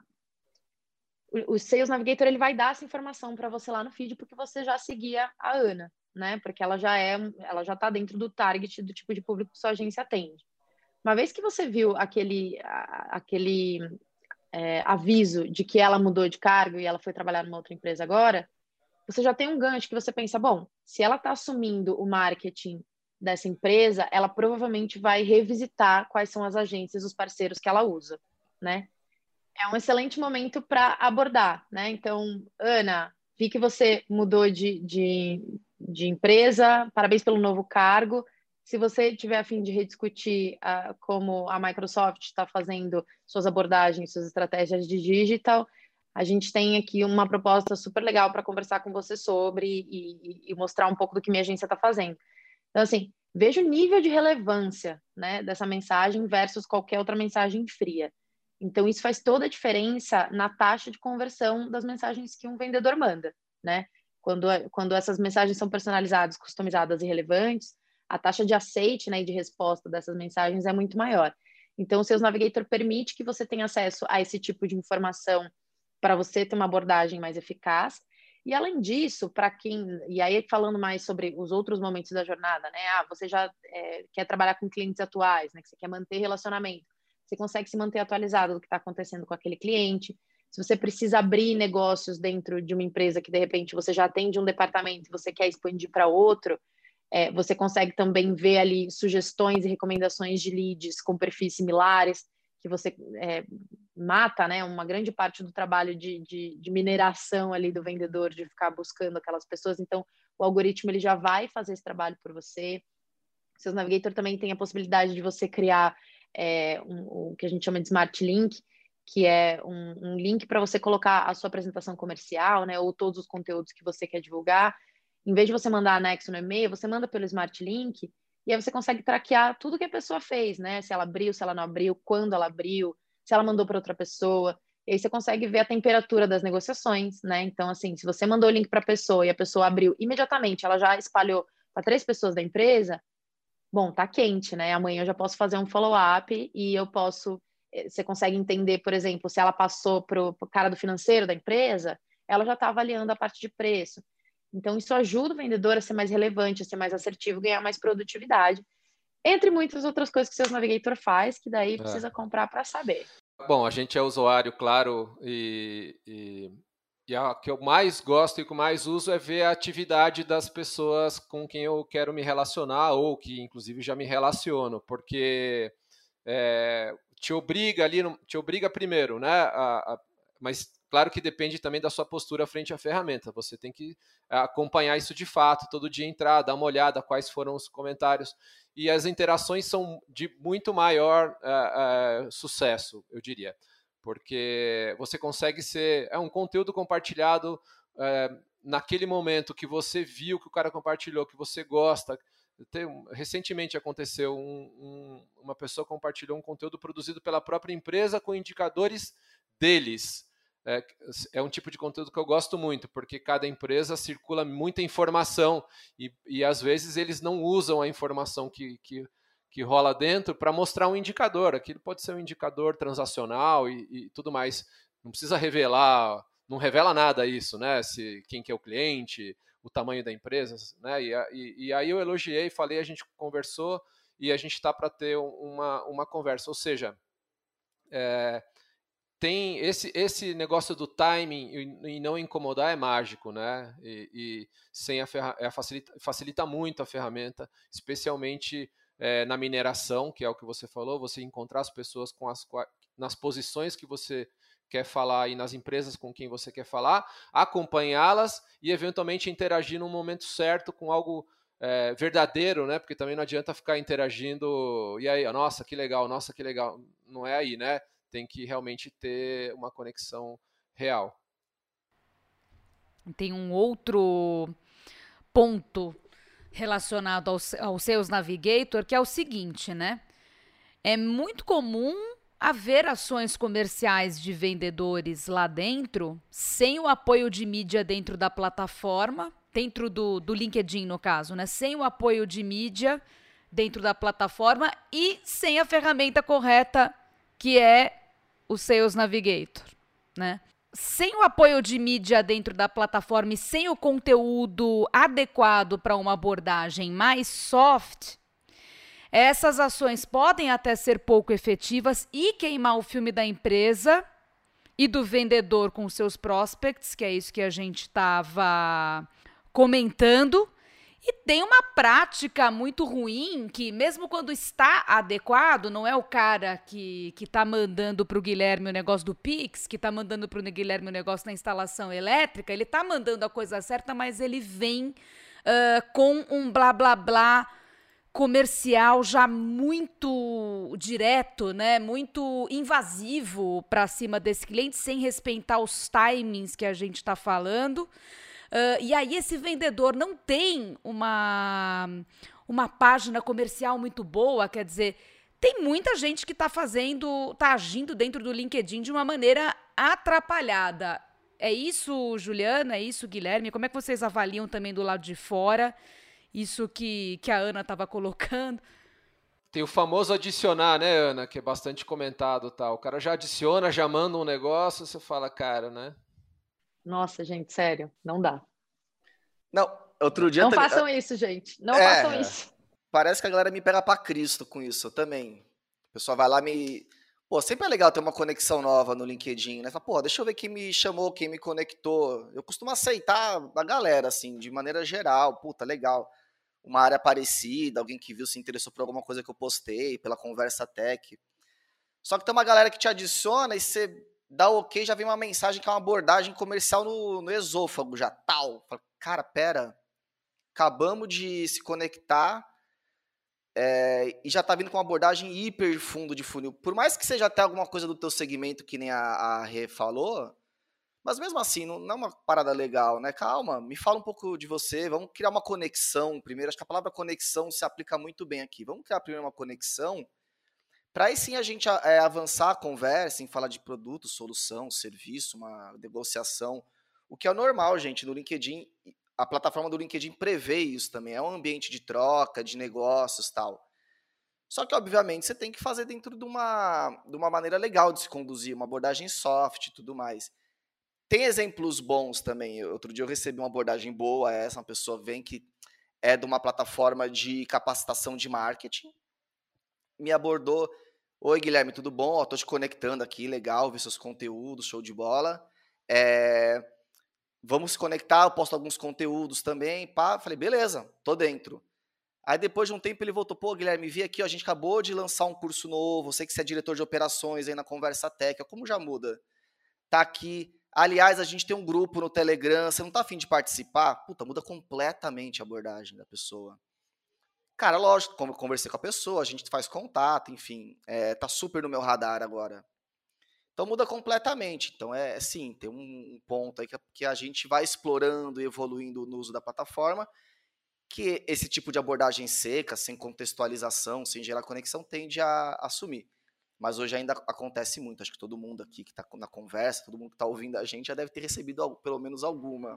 O Sales Navigator ele vai dar essa informação para você lá no feed porque você já seguia a Ana, né? Porque ela já está dentro do target do tipo de público que sua agência atende. Uma vez que você viu aquele aviso de que ela mudou de cargo e ela foi trabalhar numa outra empresa agora, você já tem um gancho que você pensa, bom, se ela está assumindo o marketing dessa empresa, ela provavelmente vai revisitar quais são as agências, os parceiros que ela usa, né? É um excelente momento para abordar, né? Então, Ana, vi que você mudou de empresa, parabéns pelo novo cargo. Se você tiver a fim de rediscutir como a Microsoft está fazendo suas abordagens, suas estratégias de digital, a gente tem aqui uma proposta super legal para conversar com você sobre e mostrar um pouco do que minha agência está fazendo. Então, assim, veja o nível de relevância, né, dessa mensagem versus qualquer outra mensagem fria. Então, isso faz toda a diferença na taxa de conversão das mensagens que um vendedor manda, né? Quando essas mensagens são personalizadas, customizadas e relevantes, a taxa de aceite, né, e de resposta dessas mensagens é muito maior. Então, o Sales Navigator permite que você tenha acesso a esse tipo de informação para você ter uma abordagem mais eficaz. E, além disso, para quem... E aí, falando mais sobre os outros momentos da jornada, né? Você já quer trabalhar com clientes atuais, né? Que você quer manter relacionamento. Você consegue se manter atualizado do que está acontecendo com aquele cliente. Se você precisa abrir negócios dentro de uma empresa que, de repente, você já atende um departamento e você quer expandir para outro, você consegue também ver ali sugestões e recomendações de leads com perfis similares, que você mata, né, uma grande parte do trabalho de mineração ali do vendedor, de ficar buscando aquelas pessoas. Então, o algoritmo ele já vai fazer esse trabalho por você. O Sales Navigator também tem a possibilidade de você criar o que a gente chama de Smart Link, que é um link para você colocar a sua apresentação comercial, né, ou todos os conteúdos que você quer divulgar. Em vez de você mandar anexo no e-mail, você manda pelo Smart Link e aí você consegue traquear tudo que a pessoa fez, né? Se ela abriu, se ela não abriu, quando ela abriu, se ela mandou para outra pessoa. E aí você consegue ver a temperatura das negociações, né? Então, assim, se você mandou o link para a pessoa e a pessoa abriu imediatamente, ela já espalhou para 3 pessoas da empresa, bom, tá quente, né? Amanhã eu já posso fazer um follow-up e eu posso. Você consegue entender, por exemplo, se ela passou para o cara do financeiro da empresa, ela já está avaliando a parte de preço. Então, isso ajuda o vendedor a ser mais relevante, a ser mais assertivo, ganhar mais produtividade, entre muitas outras coisas que o Sales Navigator faz, que daí precisa comprar para saber. Bom, a gente é usuário, claro, e a que eu mais gosto e que eu mais uso é ver a atividade das pessoas com quem eu quero me relacionar ou que, inclusive, já me relaciono, porque te obriga primeiro, né? Mas claro que depende também da sua postura frente à ferramenta. Você tem que acompanhar isso de fato, todo dia entrar, dar uma olhada, quais foram os comentários. E as interações são de muito maior sucesso, eu diria. Porque você consegue ser... É um conteúdo compartilhado naquele momento que você viu, que o cara compartilhou, que você gosta. Recentemente aconteceu, uma pessoa compartilhou um conteúdo produzido pela própria empresa com indicadores deles. É um tipo de conteúdo que eu gosto muito, porque cada empresa circula muita informação e às vezes eles não usam a informação que rola dentro para mostrar um indicador. Aquilo pode ser um indicador transacional e tudo mais. Não precisa revelar, não revela nada isso, né? Quem que é o cliente, o tamanho da empresa, né? E aí eu elogiei, falei, a gente conversou e a gente está para ter uma conversa. Ou seja, tem esse negócio do timing e não incomodar é mágico, né? E sem facilita muito a ferramenta, especialmente na mineração, que é o que você falou, você encontrar as pessoas nas posições que você quer falar e nas empresas com quem você quer falar, acompanhá-las e eventualmente interagir no momento certo com algo verdadeiro, né? Porque também não adianta ficar interagindo e aí, nossa, que legal, não é aí, né? Tem que realmente ter uma conexão real. Tem um outro ponto relacionado ao Sales Navigator, que é o seguinte, né? É muito comum haver ações comerciais de vendedores lá dentro, sem o apoio de mídia dentro da plataforma, dentro do LinkedIn, no caso, né? Sem o apoio de mídia dentro da plataforma e sem a ferramenta correta, que é o Sales Navigator, né? Sem o apoio de mídia dentro da plataforma e sem o conteúdo adequado para uma abordagem mais soft, essas ações podem até ser pouco efetivas e queimar o filme da empresa e do vendedor com seus prospects, que é isso que a gente estava comentando. E tem uma prática muito ruim que, mesmo quando está adequado, não é o cara que está mandando para o Guilherme o negócio do Pix, que está mandando para o Guilherme o negócio da instalação elétrica, ele está mandando a coisa certa, mas ele vem com um blá blá blá comercial já muito direto, né? Muito invasivo para cima desse cliente, sem respeitar os timings que a gente está falando. E aí esse vendedor não tem uma página comercial muito boa, quer dizer, tem muita gente que está agindo dentro do LinkedIn de uma maneira atrapalhada. É isso, Juliana? É isso, Guilherme? Como é que vocês avaliam também do lado de fora isso que a Ana estava colocando? Tem o famoso adicionar, né, Ana, que é bastante comentado, tá? O cara já adiciona, já manda um negócio, você fala, cara, né? Nossa, gente, sério, não dá. Não, outro dia... Não façam isso, gente. Não façam isso. Parece que a galera me pega pra Cristo com isso, eu também. O pessoal vai lá Pô, sempre é legal ter uma conexão nova no LinkedIn, né? Fala, pô, deixa eu ver quem me chamou, quem me conectou. Eu costumo aceitar a galera, assim, de maneira geral. Puta, legal. Uma área parecida, alguém que viu, se interessou por alguma coisa que eu postei, pela conversa tech. Só que tem uma galera que te adiciona e você dá o ok, já vem uma mensagem que é uma abordagem comercial no esôfago, já tal. Fala, cara, pera, acabamos de se conectar e já tá vindo com uma abordagem hiper fundo de funil. Por mais que seja até alguma coisa do teu segmento, que nem a Rê falou, Mas mesmo assim, não é uma parada legal, né? Calma, me fala um pouco de você, vamos criar uma conexão primeiro. Acho que a palavra conexão se aplica muito bem aqui. Vamos criar primeiro uma conexão, para aí sim a gente avançar a conversa em falar de produto, solução, serviço, uma negociação. O que é normal, gente, no LinkedIn, a plataforma do LinkedIn prevê isso também. É um ambiente de troca, de negócios e tal. Só que, obviamente, você tem que fazer dentro de uma maneira legal de se conduzir, uma abordagem soft e tudo mais. Tem exemplos bons também. Outro dia eu recebi uma abordagem boa, uma pessoa vem que é de uma plataforma de capacitação de marketing, me abordou, oi Guilherme, tudo bom? Estou te conectando aqui, legal, ver seus conteúdos, show de bola. Vamos se conectar, eu posto alguns conteúdos também, pá. Falei, beleza, tô dentro. Aí depois de um tempo ele voltou, pô Guilherme, vi aqui, ó, a gente acabou de lançar um curso novo, sei que você é diretor de operações aí na Conversa Técnica, como já muda? Tá aqui. Aliás, a gente tem um grupo no Telegram, você não tá afim de participar? Puta, muda completamente a abordagem da pessoa. Cara, lógico, conversei com a pessoa, a gente faz contato, enfim, tá super no meu radar agora. Então muda completamente. Então sim, tem um ponto aí que a gente vai explorando e evoluindo no uso da plataforma, que esse tipo de abordagem seca, sem contextualização, sem gerar conexão, tende a assumir. Mas hoje ainda acontece muito. Acho que todo mundo aqui que está na conversa, todo mundo que está ouvindo a gente já deve ter recebido pelo menos alguma.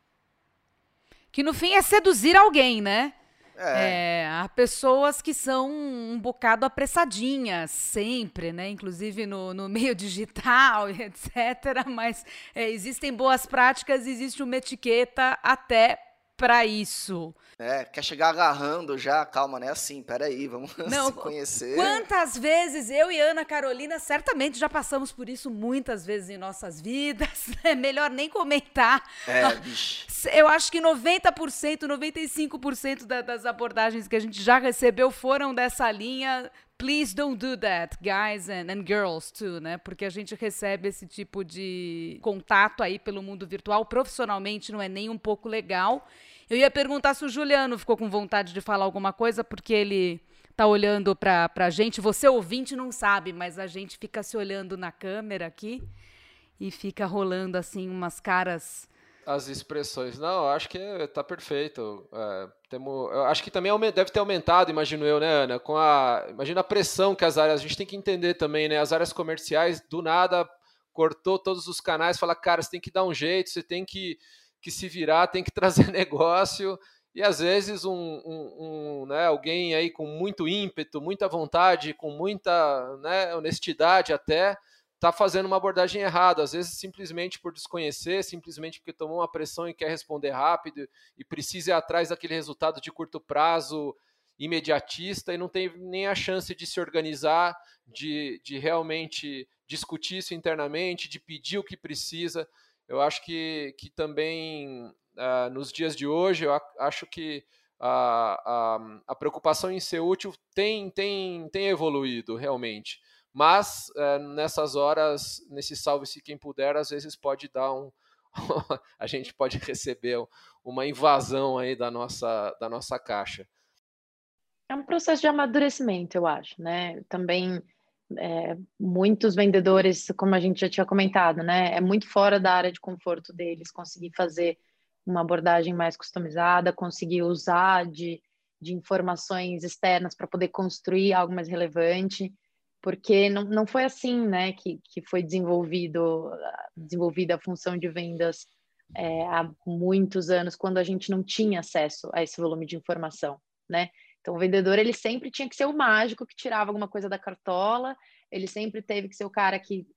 Que no fim é seduzir alguém, né? Há pessoas que são um bocado apressadinhas sempre, né? Inclusive no meio digital e etc. Mas existem boas práticas, existe uma etiqueta até para isso. Quer chegar agarrando já? Calma, não é assim, peraí, vamos se conhecer. Quantas vezes eu e Ana Carolina certamente já passamos por isso muitas vezes em nossas vidas, é melhor nem comentar. Bicho. Eu acho que 90%, 95% das abordagens que a gente já recebeu foram dessa linha. Please don't do that, guys and girls too, né? Porque a gente recebe esse tipo de contato aí pelo mundo virtual, profissionalmente não é nem um pouco legal. Eu ia perguntar se o Juliano ficou com vontade de falar alguma coisa, porque ele tá olhando pra gente. Você, ouvinte, não sabe, mas a gente fica se olhando na câmera aqui e fica rolando, assim, umas caras... As expressões. Não, acho que tá perfeito. Eu acho que também deve ter aumentado, imagino eu, né, Ana? Imagina a pressão que as áreas... A gente tem que entender também, né? As áreas comerciais, do nada, cortou todos os canais, fala, cara, você tem que dar um jeito, você tem que se virar, tem que trazer negócio, e às vezes né, alguém aí com muito ímpeto, muita vontade, com muita, né, honestidade até, está fazendo uma abordagem errada, às vezes simplesmente por desconhecer, simplesmente porque tomou uma pressão e quer responder rápido, e precisa ir atrás daquele resultado de curto prazo, imediatista, e não tem nem a chance de se organizar, de realmente discutir isso internamente, de pedir o que precisa. Eu acho que também, nos dias de hoje, eu acho que a preocupação em ser útil tem evoluído realmente. Mas, nessas horas, nesse salve-se quem puder, às vezes pode dar a gente pode receber uma invasão aí da nossa caixa. É um processo de amadurecimento, eu acho, né? Também... muitos vendedores, como a gente já tinha comentado, né, é muito fora da área de conforto deles conseguir fazer uma abordagem mais customizada, conseguir usar de informações externas para poder construir algo mais relevante, porque não foi assim, né, que foi desenvolvida a função de vendas há muitos anos, quando a gente não tinha acesso a esse volume de informação, né? Então, o vendedor, ele sempre tinha que ser o mágico que tirava alguma coisa da cartola, ele sempre teve que ser o cara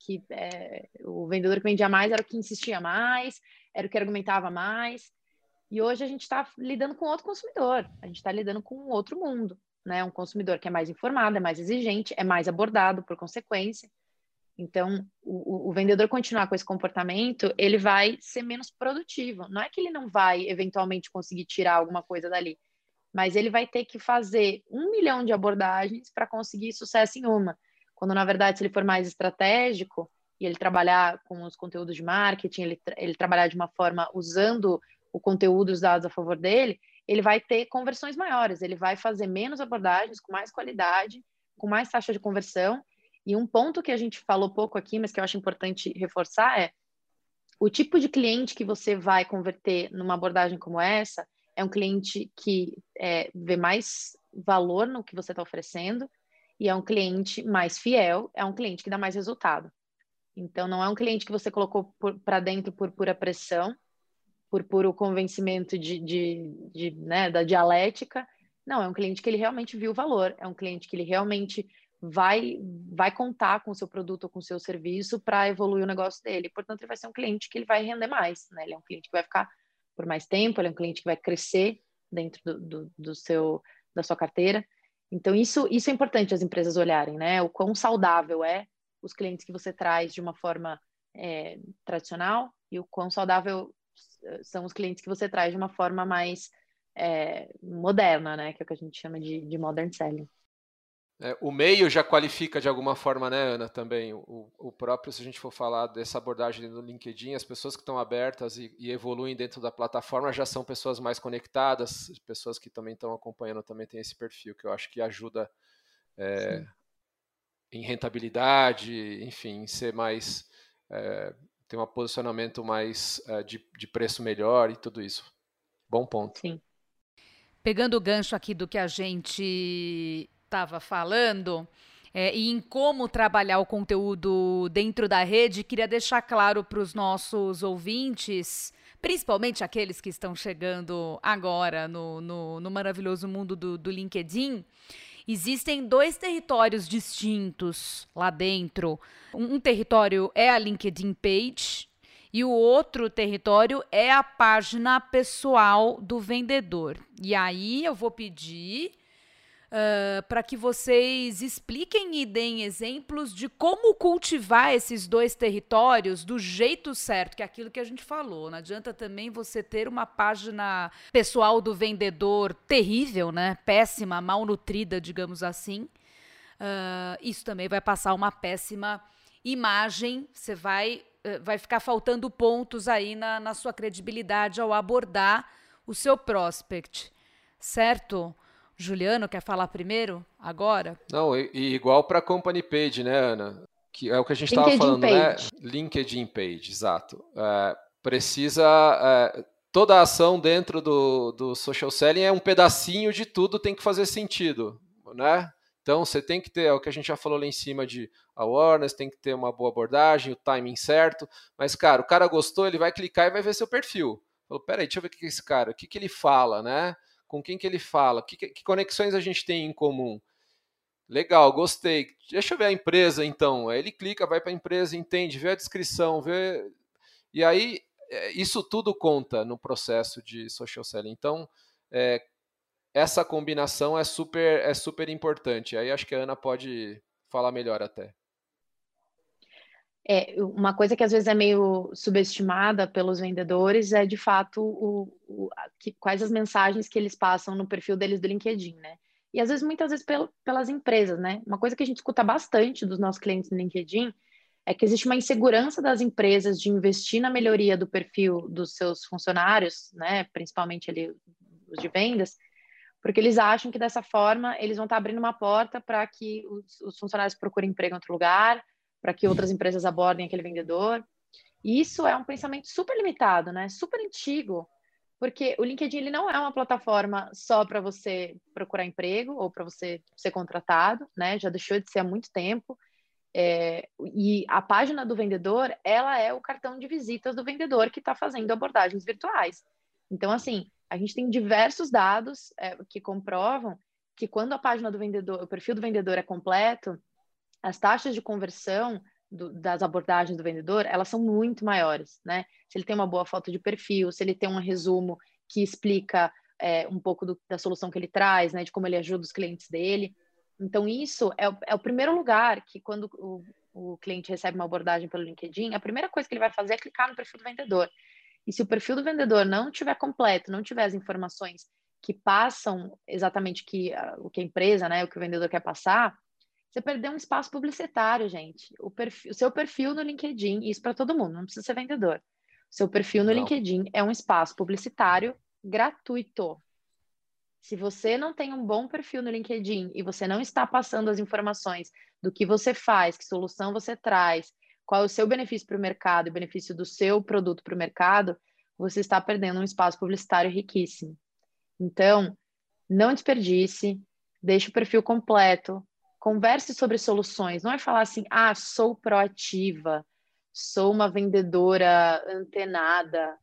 o vendedor que vendia mais era o que insistia mais, era o que argumentava mais. E hoje a gente está lidando com outro consumidor, a gente está lidando com um outro mundo, né? Um consumidor que é mais informado, é mais exigente, é mais abordado por consequência. Então, o vendedor continuar com esse comportamento, ele vai ser menos produtivo. Não é que ele não vai, eventualmente, conseguir tirar alguma coisa dali, mas ele vai ter que fazer 1 milhão de abordagens para conseguir sucesso em uma. Quando, na verdade, se ele for mais estratégico e ele trabalhar com os conteúdos de marketing, ele trabalhar de uma forma usando o conteúdo, os dados a favor dele, ele vai ter conversões maiores, ele vai fazer menos abordagens, com mais qualidade, com mais taxa de conversão. E um ponto que a gente falou pouco aqui, mas que eu acho importante reforçar O tipo de cliente que você vai converter numa abordagem como essa é um cliente que vê mais valor no que você está oferecendo e é um cliente mais fiel, é um cliente que dá mais resultado. Então, não é um cliente que você colocou para dentro por pura pressão, por puro convencimento né, da dialética. Não, é um cliente que ele realmente viu o valor, é um cliente que ele realmente vai contar com o seu produto ou com o seu serviço para evoluir o negócio dele. Portanto, ele vai ser um cliente que ele vai render mais, né? Ele é um cliente que vai ficar por mais tempo, ele é um cliente que vai crescer dentro da sua carteira. Então, isso é importante as empresas olharem, né? O quão saudável é os clientes que você traz de uma forma tradicional e o quão saudável são os clientes que você traz de uma forma mais moderna, né? Que é o que a gente chama de modern selling. O meio já qualifica de alguma forma, né, Ana, também. O próprio, se a gente for falar dessa abordagem no LinkedIn, as pessoas que estão abertas e evoluem dentro da plataforma já são pessoas mais conectadas, pessoas que também estão acompanhando também tem esse perfil, que eu acho que ajuda em rentabilidade, enfim, em ser mais... ter um posicionamento mais de preço melhor e tudo isso. Bom ponto. Sim. Pegando o gancho aqui do que a gente estava falando e em como trabalhar o conteúdo dentro da rede, queria deixar claro para os nossos ouvintes, principalmente aqueles que estão chegando agora no maravilhoso mundo do LinkedIn, existem 2 territórios distintos lá dentro. Um território é a LinkedIn Page e o outro território é a página pessoal do vendedor. E aí eu vou pedir para que vocês expliquem e deem exemplos de como cultivar esses 2 territórios do jeito certo, que é aquilo que a gente falou. Não adianta também você ter uma página pessoal do vendedor terrível, né? Péssima, mal nutrida, digamos assim. Isso também vai passar uma péssima imagem. Você vai ficar faltando pontos aí na sua credibilidade ao abordar o seu prospect, certo? Juliano, quer falar primeiro, agora? Não, e igual para a Company Page, né, Ana? Que é o que a gente estava falando, Page. né? LinkedIn Page, exato. Precisa... toda a ação dentro do social selling é um pedacinho de tudo, tem que fazer sentido, né? Então, você tem que ter, é o que a gente já falou lá em cima de awareness, tem que ter uma boa abordagem, o timing certo. Mas, cara, o cara gostou, ele vai clicar e vai ver seu perfil. Falou, peraí, deixa eu ver o que é esse cara, o que ele fala, né? Com quem que ele fala, que conexões a gente tem em comum. Legal, gostei. Deixa eu ver a empresa, então. Aí ele clica, vai para a empresa, entende, vê a descrição, vê... E aí, isso tudo conta no processo de social selling. Então, essa combinação é super importante. Aí acho que a Ana pode falar melhor até. Uma coisa que às vezes é meio subestimada pelos vendedores é, de fato, quais as mensagens que eles passam no perfil deles do LinkedIn, né? E às vezes, muitas vezes, pelas empresas, né? Uma coisa que a gente escuta bastante dos nossos clientes no LinkedIn é que existe uma insegurança das empresas de investir na melhoria do perfil dos seus funcionários, né? Principalmente ali os de vendas, porque eles acham que dessa forma eles vão estar abrindo uma porta para que os funcionários procurem emprego em outro lugar, para que outras empresas abordem aquele vendedor. E isso é um pensamento super limitado, né? Super antigo, porque o LinkedIn ele não é uma plataforma só para você procurar emprego ou para você ser contratado, né? Já deixou de ser há muito tempo. E a página do vendedor, ela é o cartão de visitas do vendedor que está fazendo abordagens virtuais. Então, assim, a gente tem diversos dados que comprovam que quando a página do vendedor, o perfil do vendedor é completo, as taxas de conversão das abordagens do vendedor, elas são muito maiores, né? Se ele tem uma boa foto de perfil, se ele tem um resumo que explica um pouco da solução que ele traz, né? De como ele ajuda os clientes dele. Então, isso é o primeiro lugar que quando o cliente recebe uma abordagem pelo LinkedIn, a primeira coisa que ele vai fazer é clicar no perfil do vendedor. E se o perfil do vendedor não estiver completo, não tiver as informações que passam exatamente o que a empresa, né? O que o vendedor quer passar, você perdeu um espaço publicitário, gente. O seu perfil no LinkedIn, isso para todo mundo, não precisa ser vendedor. O seu perfil no LinkedIn é um espaço publicitário gratuito. Se você não tem um bom perfil no LinkedIn e você não está passando as informações do que você faz, que solução você traz, qual é o seu benefício para o mercado e o benefício do seu produto para o mercado, você está perdendo um espaço publicitário riquíssimo. Então, não desperdice, deixe o perfil completo, converse sobre soluções. Não é falar assim, sou proativa, sou uma vendedora antenada.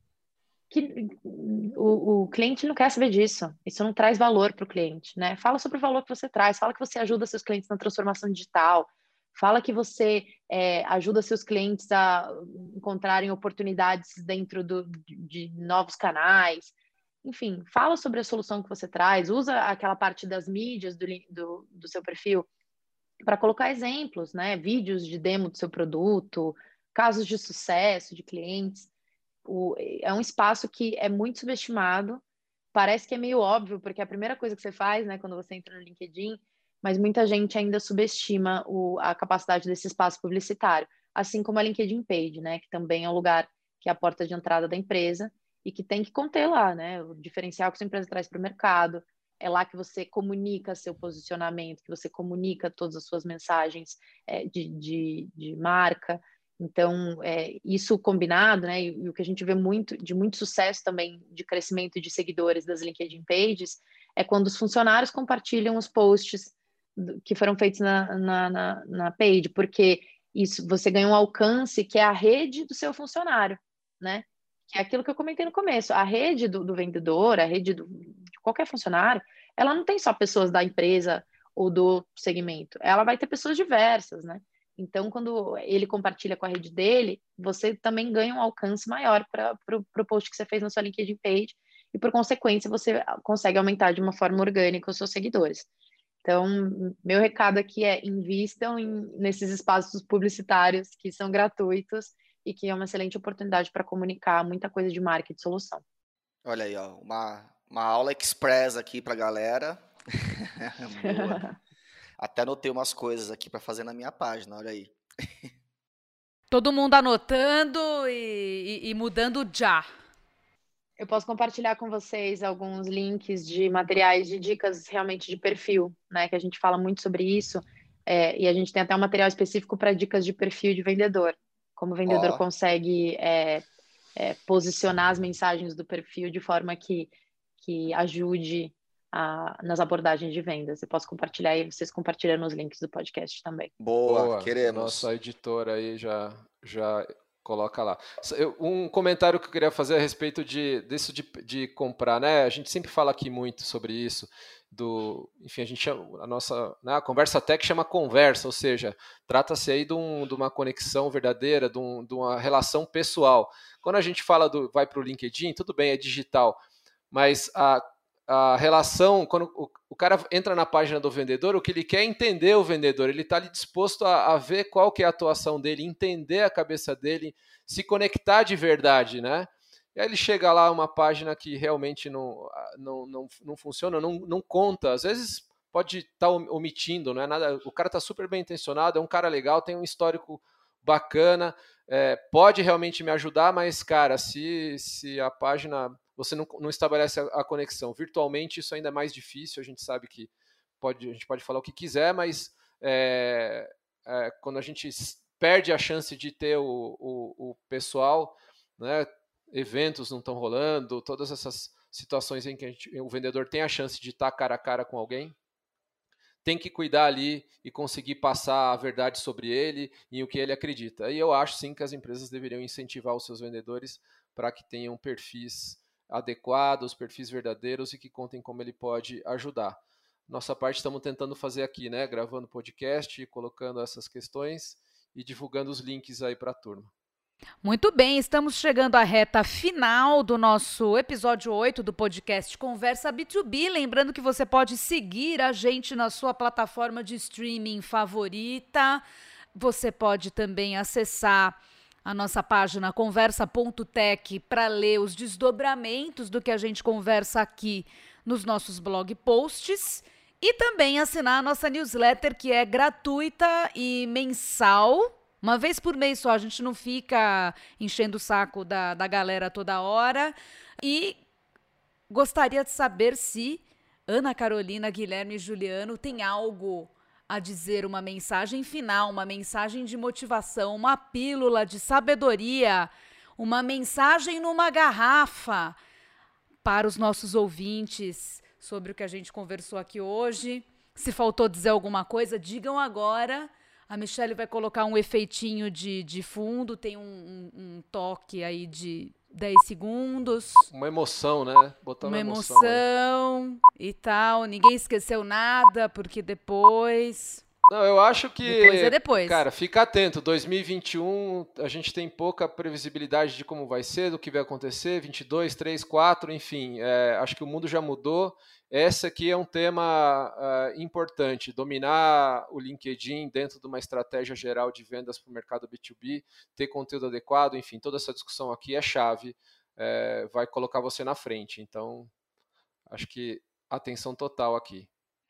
O cliente não quer saber disso. Isso não traz valor para o cliente, né? Fala sobre o valor que você traz, fala que você ajuda seus clientes na transformação digital, fala que você ajuda seus clientes a encontrarem oportunidades dentro de novos canais. Enfim, fala sobre a solução que você traz, usa aquela parte das mídias do seu perfil para colocar exemplos, né? Vídeos de demo do seu produto, casos de sucesso de clientes. É um espaço que é muito subestimado, parece que é meio óbvio, porque é a primeira coisa que você faz, né, quando você entra no LinkedIn, mas muita gente ainda subestima a capacidade desse espaço publicitário, assim como a LinkedIn Page, né, que também é um lugar que é a porta de entrada da empresa e que tem que conter lá, né, o diferencial que sua empresa traz para o mercado. É lá que você comunica seu posicionamento, que você comunica todas as suas mensagens de marca. Então, isso combinado, né, e o que a gente vê de muito sucesso também de crescimento de seguidores das LinkedIn Pages é quando os funcionários compartilham os posts que foram feitos na page, porque isso você ganha um alcance que é a rede do seu funcionário, né? Que é aquilo que eu comentei no começo. A rede do vendedor, a rede de qualquer funcionário, ela não tem só pessoas da empresa ou do segmento, ela vai ter pessoas diversas, né? Então, quando ele compartilha com a rede dele, você também ganha um alcance maior para o post que você fez na sua LinkedIn page e, por consequência, você consegue aumentar de uma forma orgânica os seus seguidores. Então, meu recado aqui é invistam nesses espaços publicitários que são gratuitos e que é uma excelente oportunidade para comunicar muita coisa de marca e de solução. Olha aí, ó, uma aula express aqui para a galera. Boa. Até anotei umas coisas aqui para fazer na minha página, olha aí. Todo mundo anotando e mudando já. Eu posso compartilhar com vocês alguns links de materiais de dicas realmente de perfil, né? Que a gente fala muito sobre isso. E a gente tem até um material específico para dicas de perfil de vendedor. Como o vendedor consegue posicionar as mensagens do perfil de forma que ajude nas abordagens de vendas. Eu posso compartilhar e vocês compartilham nos links do podcast também. Boa, queremos. Nossa editora aí já coloca lá. Um comentário que eu queria fazer a respeito disso de comprar, né? A gente sempre fala aqui muito sobre isso. Enfim, a gente chama, a conversa tech chama conversa, ou seja, trata-se aí de uma conexão verdadeira, de uma relação pessoal. Quando a gente fala vai para o LinkedIn, tudo bem, é digital, mas a relação, quando o cara entra na página do vendedor, o que ele quer é entender o vendedor, ele está ali disposto a ver qual que é a atuação dele, entender a cabeça dele, se conectar de verdade, né? E aí ele chega lá uma página que realmente não funciona, não conta, às vezes pode estar omitindo, não é nada, o cara está super bem intencionado, é um cara legal, tem um histórico bacana, pode realmente me ajudar, mas, cara, se a página... você não estabelece a conexão. Virtualmente isso ainda é mais difícil, a gente sabe que a gente pode falar o que quiser, mas quando a gente perde a chance de ter o pessoal, né, eventos não estão rolando, todas essas situações em que o vendedor tem a chance de estar cara a cara com alguém, tem que cuidar ali e conseguir passar a verdade sobre ele e o que ele acredita. E eu acho sim que as empresas deveriam incentivar os seus vendedores para que tenham perfis adequados, perfis verdadeiros e que contem como ele pode ajudar. Nossa parte estamos tentando fazer aqui, né? Gravando podcast, colocando essas questões e divulgando os links aí para a turma. Muito bem, estamos chegando à reta final do nosso episódio 8 do podcast Conversa B2B. Lembrando que você pode seguir a gente na sua plataforma de streaming favorita. Você pode também acessar a nossa página conversa.tech para ler os desdobramentos do que a gente conversa aqui nos nossos blog posts e também assinar a nossa newsletter, que é gratuita e mensal. Uma vez por mês só, a gente não fica enchendo o saco da galera toda hora. E gostaria de saber se Ana Carolina, Guilherme e Juliano tem algo a dizer uma mensagem final, uma mensagem de motivação, uma pílula de sabedoria, uma mensagem numa garrafa para os nossos ouvintes sobre o que a gente conversou aqui hoje. Se faltou dizer alguma coisa, digam agora. A Michelle vai colocar um efeitinho de fundo, tem um toque aí de 10 segundos. Uma emoção, né? Botar uma emoção e tal. Ninguém esqueceu nada, porque depois... Não, eu acho que... Depois é depois. Cara, fica atento. 2021, a gente tem pouca previsibilidade de como vai ser, do que vai acontecer. 22, 3, 4, enfim. Acho que o mundo já mudou. Esse aqui é um tema importante. Dominar o LinkedIn dentro de uma estratégia geral de vendas para o mercado B2B, ter conteúdo adequado, enfim, toda essa discussão aqui é chave. Vai colocar você na frente. Então, acho que atenção total aqui.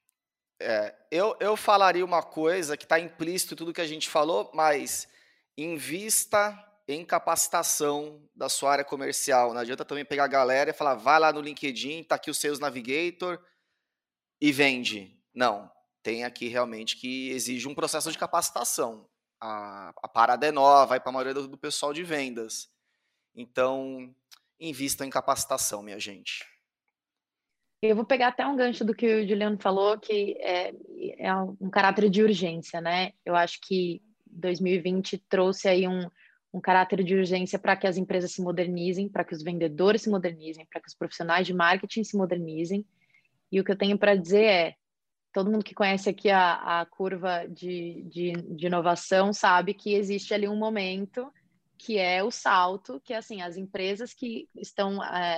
Eu falaria uma coisa que está implícito em tudo que a gente falou, mas invista em capacitação da sua área comercial. Não adianta também pegar a galera e falar, vai lá no LinkedIn, tá aqui o Sales Navigator e vende. Não, tem aqui realmente que exige um processo de capacitação. A parada é nova, vai para a maioria do pessoal de vendas. Então, invista em capacitação, minha gente. Eu vou pegar até um gancho do que o Juliano falou, que é um caráter de urgência, né? Eu acho que 2020 trouxe aí um caráter de urgência para que as empresas se modernizem, para que os vendedores se modernizem, para que os profissionais de marketing se modernizem. E o que eu tenho para dizer é, todo mundo que conhece aqui a curva de inovação sabe que existe ali um momento que é o salto, que é assim, as empresas que estão...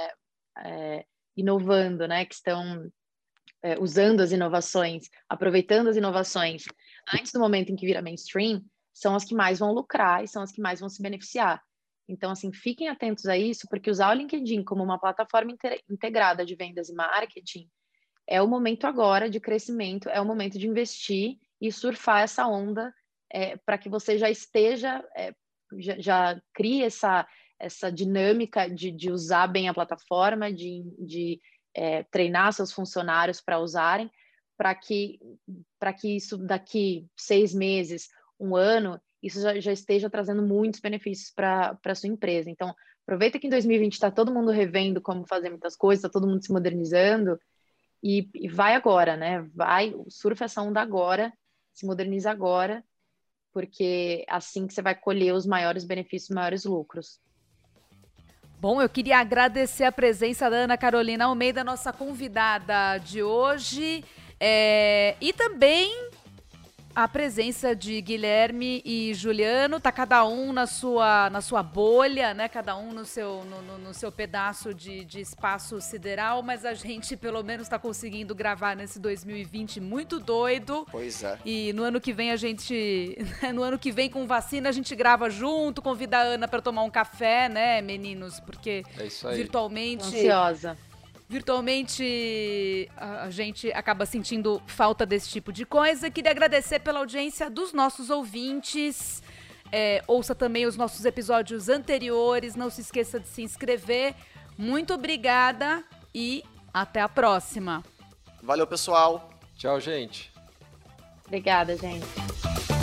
inovando, né, que estão usando as inovações, aproveitando as inovações antes do momento em que vira mainstream, são as que mais vão lucrar e são as que mais vão se beneficiar. Então, assim, fiquem atentos a isso, porque usar o LinkedIn como uma plataforma integrada de vendas e marketing é o momento agora de crescimento, é o momento de investir e surfar essa onda para que você já esteja, já crie essa dinâmica de usar bem a plataforma, de treinar seus funcionários para usarem, para que isso daqui 6 meses, 1 ano, isso já esteja trazendo muitos benefícios para a sua empresa. Então, aproveita que em 2020 está todo mundo revendo como fazer muitas coisas, está todo mundo se modernizando, e vai agora, né? Surfa essa onda agora, se moderniza agora, porque assim que você vai colher os maiores benefícios, os maiores lucros. Bom, eu queria agradecer a presença da Ana Carolina Almeida, nossa convidada de hoje, e também a presença de Guilherme e Juliano. Tá cada um na sua bolha, né? Cada um no seu pedaço de espaço sideral, mas a gente pelo menos está conseguindo gravar nesse 2020 muito doido. Pois é. E no ano que vem no ano que vem com vacina a gente grava junto, convida a Ana para tomar um café, né, meninos? Porque é isso aí. Virtualmente, a gente acaba sentindo falta desse tipo de coisa. Queria agradecer pela audiência dos nossos ouvintes. Ouça também os nossos episódios anteriores. Não se esqueça de se inscrever. Muito obrigada e até a próxima. Valeu, pessoal. Tchau, gente. Obrigada, gente.